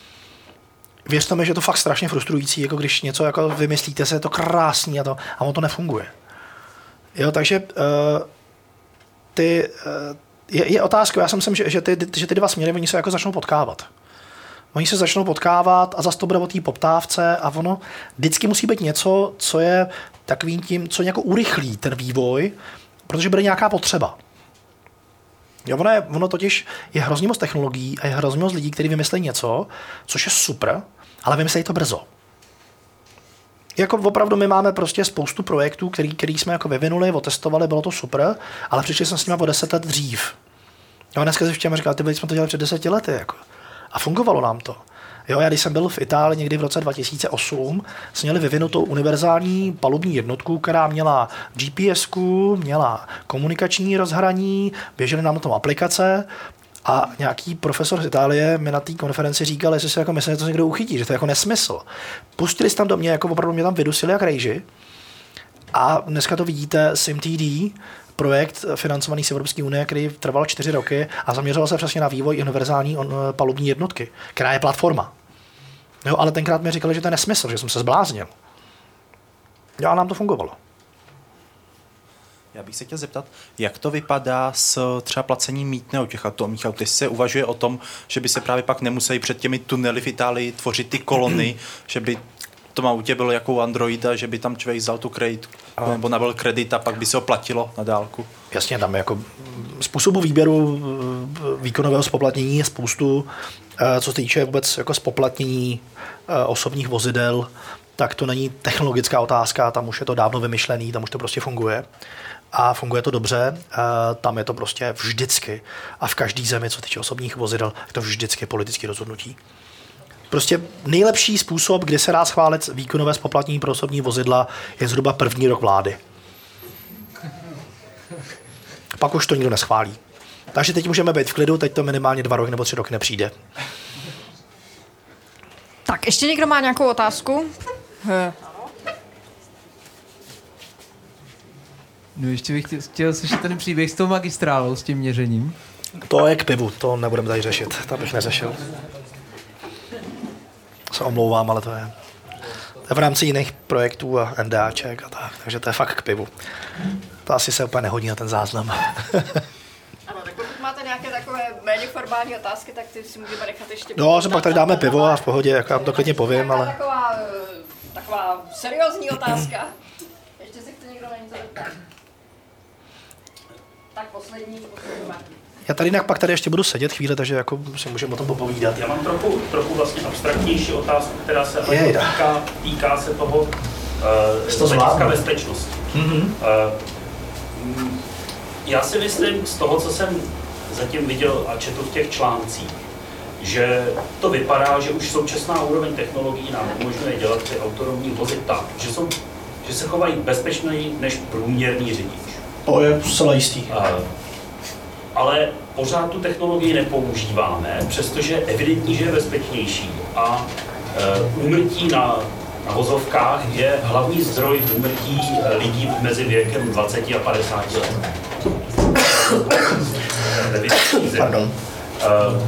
Věřte mi, že je to fakt strašně frustrující, jako když něco jako vymyslíte se, je to krásný a, to, a ono to nefunguje. Jo, takže uh, ty, uh, je, je otázka, já si myslím, že, že, ty, že ty dva směry, oni se jako začnou potkávat. Oni se začnou potkávat a zase to bude o té poptávce a ono vždycky musí být něco, co je takovým tím, co nějak urychlí ten vývoj, protože bude nějaká potřeba. Jo, ono, je, ono totiž je hrozně moc technologií a je hrozně moc lidí, kteří vymyslí něco, což je super, ale vymyslí to brzo. Jako opravdu my máme prostě spoustu projektů, který, který jsme jako vyvinuli, otestovali, bylo to super, ale přišli jsme s nimi o deset let dřív. Jo, dneska si včera říkal, ty byli jsme to dělali před deseti lety. Jako. A fungovalo nám to. Jo, já když jsem byl v Itálii někdy v roce dva tisíce osm, jsme měli vyvinutou univerzální palubní jednotku, která měla G P S ku, měla komunikační rozhraní, běžely nám na tom aplikace a nějaký profesor z Itálie mi na té konferenci říkal, jestli si jako myslí, že to někdo uchytí, že to je jako nesmysl. Pustili jste tam do mě, jako opravdu mě tam vydusili jak rejži a dneska to vidíte S I M T D, projekt financovaný z Evropské unie, který trval čtyři roky a zaměřoval se přesně na vývoj univerzální palubní jednotky, která je platforma. Jo, ale tenkrát mi říkali, že to je nesmysl, že jsem se zbláznil. Jo, a nám to fungovalo. Já bych se chtěl zeptat, jak to vypadá s třeba placením mýtného těch autonomních aut? Jestli se uvažuje o tom, že by se právě pak nemuseli před těmi tunely v Itálii tvořit ty kolony, že by v tom autě bylo jako u Androida, že by tam člověk vzal tu kredit, nebo nabil kredit a pak by se ho platilo na dálku? Jasně, tam jako způsobu výběru výkonového spoplatnění je spoustu, co se týče vůbec jako spoplatnění osobních vozidel, tak to není technologická otázka, tam už je to dávno vymyšlený, tam už to prostě funguje. A funguje to dobře, tam je to prostě vždycky a v každý zemi, co týče osobních vozidel, je to vždycky politické rozhodnutí. Prostě nejlepší způsob, kdy se dá schválit výkonové spoplatnění pro osobní vozidla, je zhruba první rok vlády. Pak už to nikdo neschválí. Takže teď můžeme být v klidu, teď to minimálně dva roky nebo tři roky nepřijde. Tak, ještě někdo má nějakou otázku? He. No ještě bych chtěl, chtěl slyšet ten příběh s tou magistrálou, s tím měřením. To je k pivu, to nebudeme tady řešit, to bych neřešil. Se omlouvám, ale to je, to je v rámci jiných projektů a NDAček a tak, takže to je fakt k pivu. To asi se úplně nehodí na ten záznam. Ano, tak pokud máte nějaké takové méně formální otázky, tak ty si můžeme nechat ještě... No, že pak tady dáme pivo a v pohodě, jak vám to klidně povím, ale... Taková, taková seriózní otázka. Ještě se chce někdo na něco zeptat. Tak poslední, poslední. Já tady jinak pak tady ještě budu sedět chvíli, takže jako si můžeme o tom popovídat. Já mám trochu, trochu vlastně abstraktnější otázku, která se týká, týká se toho uh, z hlediska bezpečnosti. Mm-hmm. Uh, já si myslím z toho, co jsem zatím viděl a četl v těch článcích, že to vypadá, že už současná úroveň technologií nám umožňuje dělat ty autonomní vozy tak, že, jsou, že se chovají bezpečněji než průměrný řidič. To je zcela jistý. Uh, ale pořád tu technologii nepoužíváme, přestože je evidentní, že je bezpečnější a e, úmrtí na, na vozovkách je hlavní zdroj úmrtí lidí mezi věkem dvacet a padesát let. Pardon. E,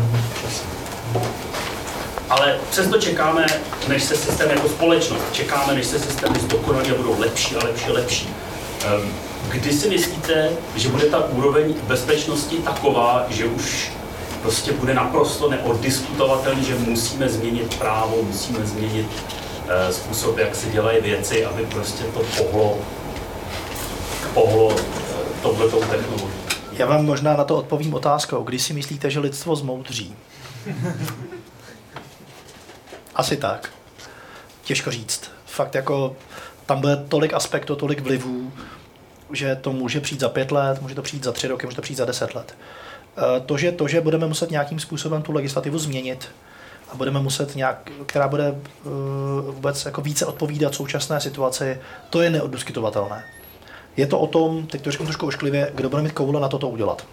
ale přesto čekáme, než se systém jako společnost, čekáme, než se systémy zdokonalí a budou lepší a lepší a lepší. E, Kdy si myslíte, že bude ta úroveň bezpečnosti taková, že už prostě bude naprosto neoddiskutovatelný, že musíme změnit právo, musíme změnit uh, způsob, jak se dělají věci, aby prostě to pohlo, pohlo uh, touhletou technologií? Já vám možná na to odpovím otázkou. Kdy si myslíte, že lidstvo zmoudří? Asi tak. Těžko říct. Fakt jako tam bude tolik aspektů, tolik vlivů, že to může přijít za pět let, může to přijít za tři roky, může to přijít za deset let. To, že, to, že budeme muset nějakým způsobem tu legislativu změnit a budeme muset nějak, která bude uh, vůbec jako více odpovídat současné situaci, to je neoddiskutovatelné. Je to o tom, teď to řeknu trošku ošklivě, kdo bude mít koule na to to udělat.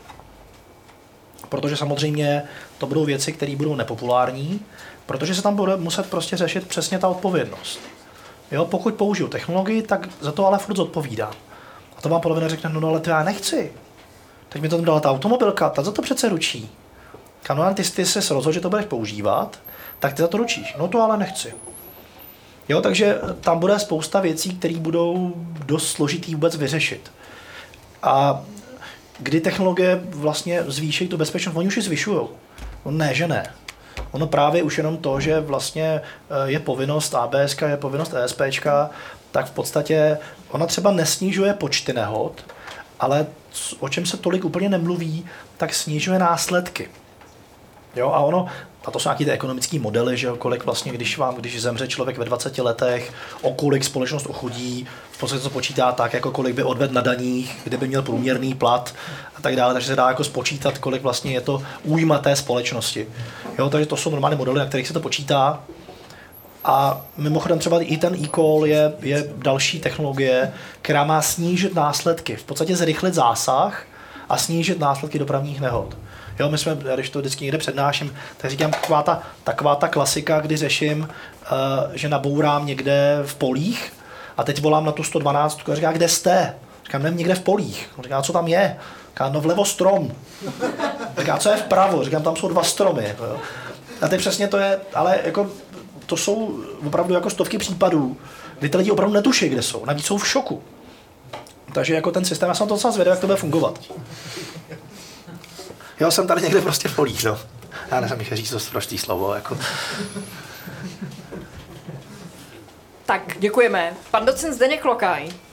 Protože samozřejmě to budou věci, které budou nepopulární, protože se tam bude muset prostě řešit přesně ta odpovědnost. Jo, pokud použiju technologii, tak za to ale furt zodpovídám. A to vám polovina řekne, no, no ale to já nechci. Teď mi to tam dala ta automobilka, ta za to přece ručí. Kano, ty, ty jsi rozhodl, že to budeš používat, tak ty za to ručíš. No to ale nechci. Jo, takže tam bude spousta věcí, které budou dost složitý vůbec vyřešit. A kdy technologie vlastně zvýší tu bezpečnost, oni už ji zvyšujou. No ne, že ne. Ono právě už jenom to, že vlastně je povinnost á bé es ká, je povinnost é es pé čka, tak v podstatě ona třeba nesnižuje počty nehod, ale o čem se tolik úplně nemluví, tak snižuje následky. Jo, a ono, a to jsou nějaké ty ekonomické modely, že kolik vlastně, když vám, když zemře člověk ve dvaceti letech, o kolik společnost ochudí, v podstatě to počítá tak, jako kolik by odvedl na daních, kdyby měl průměrný plat a tak dále, takže se dá jako spočítat, kolik vlastně je to újma té společnosti. Jo, takže to jsou normální modely, na kterých se to počítá. A mimochodem třeba i ten e-call je, je další technologie, která má snížit následky, v podstatě zrychlit zásah a snížit následky dopravních nehod. Jo, my jsme, když to vždycky někde přednáším, tak říkám taková ta, taková ta klasika, kdy řeším, uh, že nabourám někde v polích a teď volám na tu sto dvanáct a říká, kde jste? Říkám, nevím, někde v polích. On říká, co tam je? Říká, no vlevo strom. Říká, co je vpravo? Říkám, tam jsou dva stromy. Jo. A teď přesně to je, ale jako to jsou opravdu jako stovky případů, kdy ty lidi opravdu netuší, kde jsou, navíc jsou v šoku. Takže jako ten systém, já jsem to docela zvědavý, jak to bude fungovat. Jo, jsem tady někde prostě v polích, no. Já nesem mi říct to prostý slovo, jako. Tak, děkujeme. Pan docent Zdeněk Lokaj.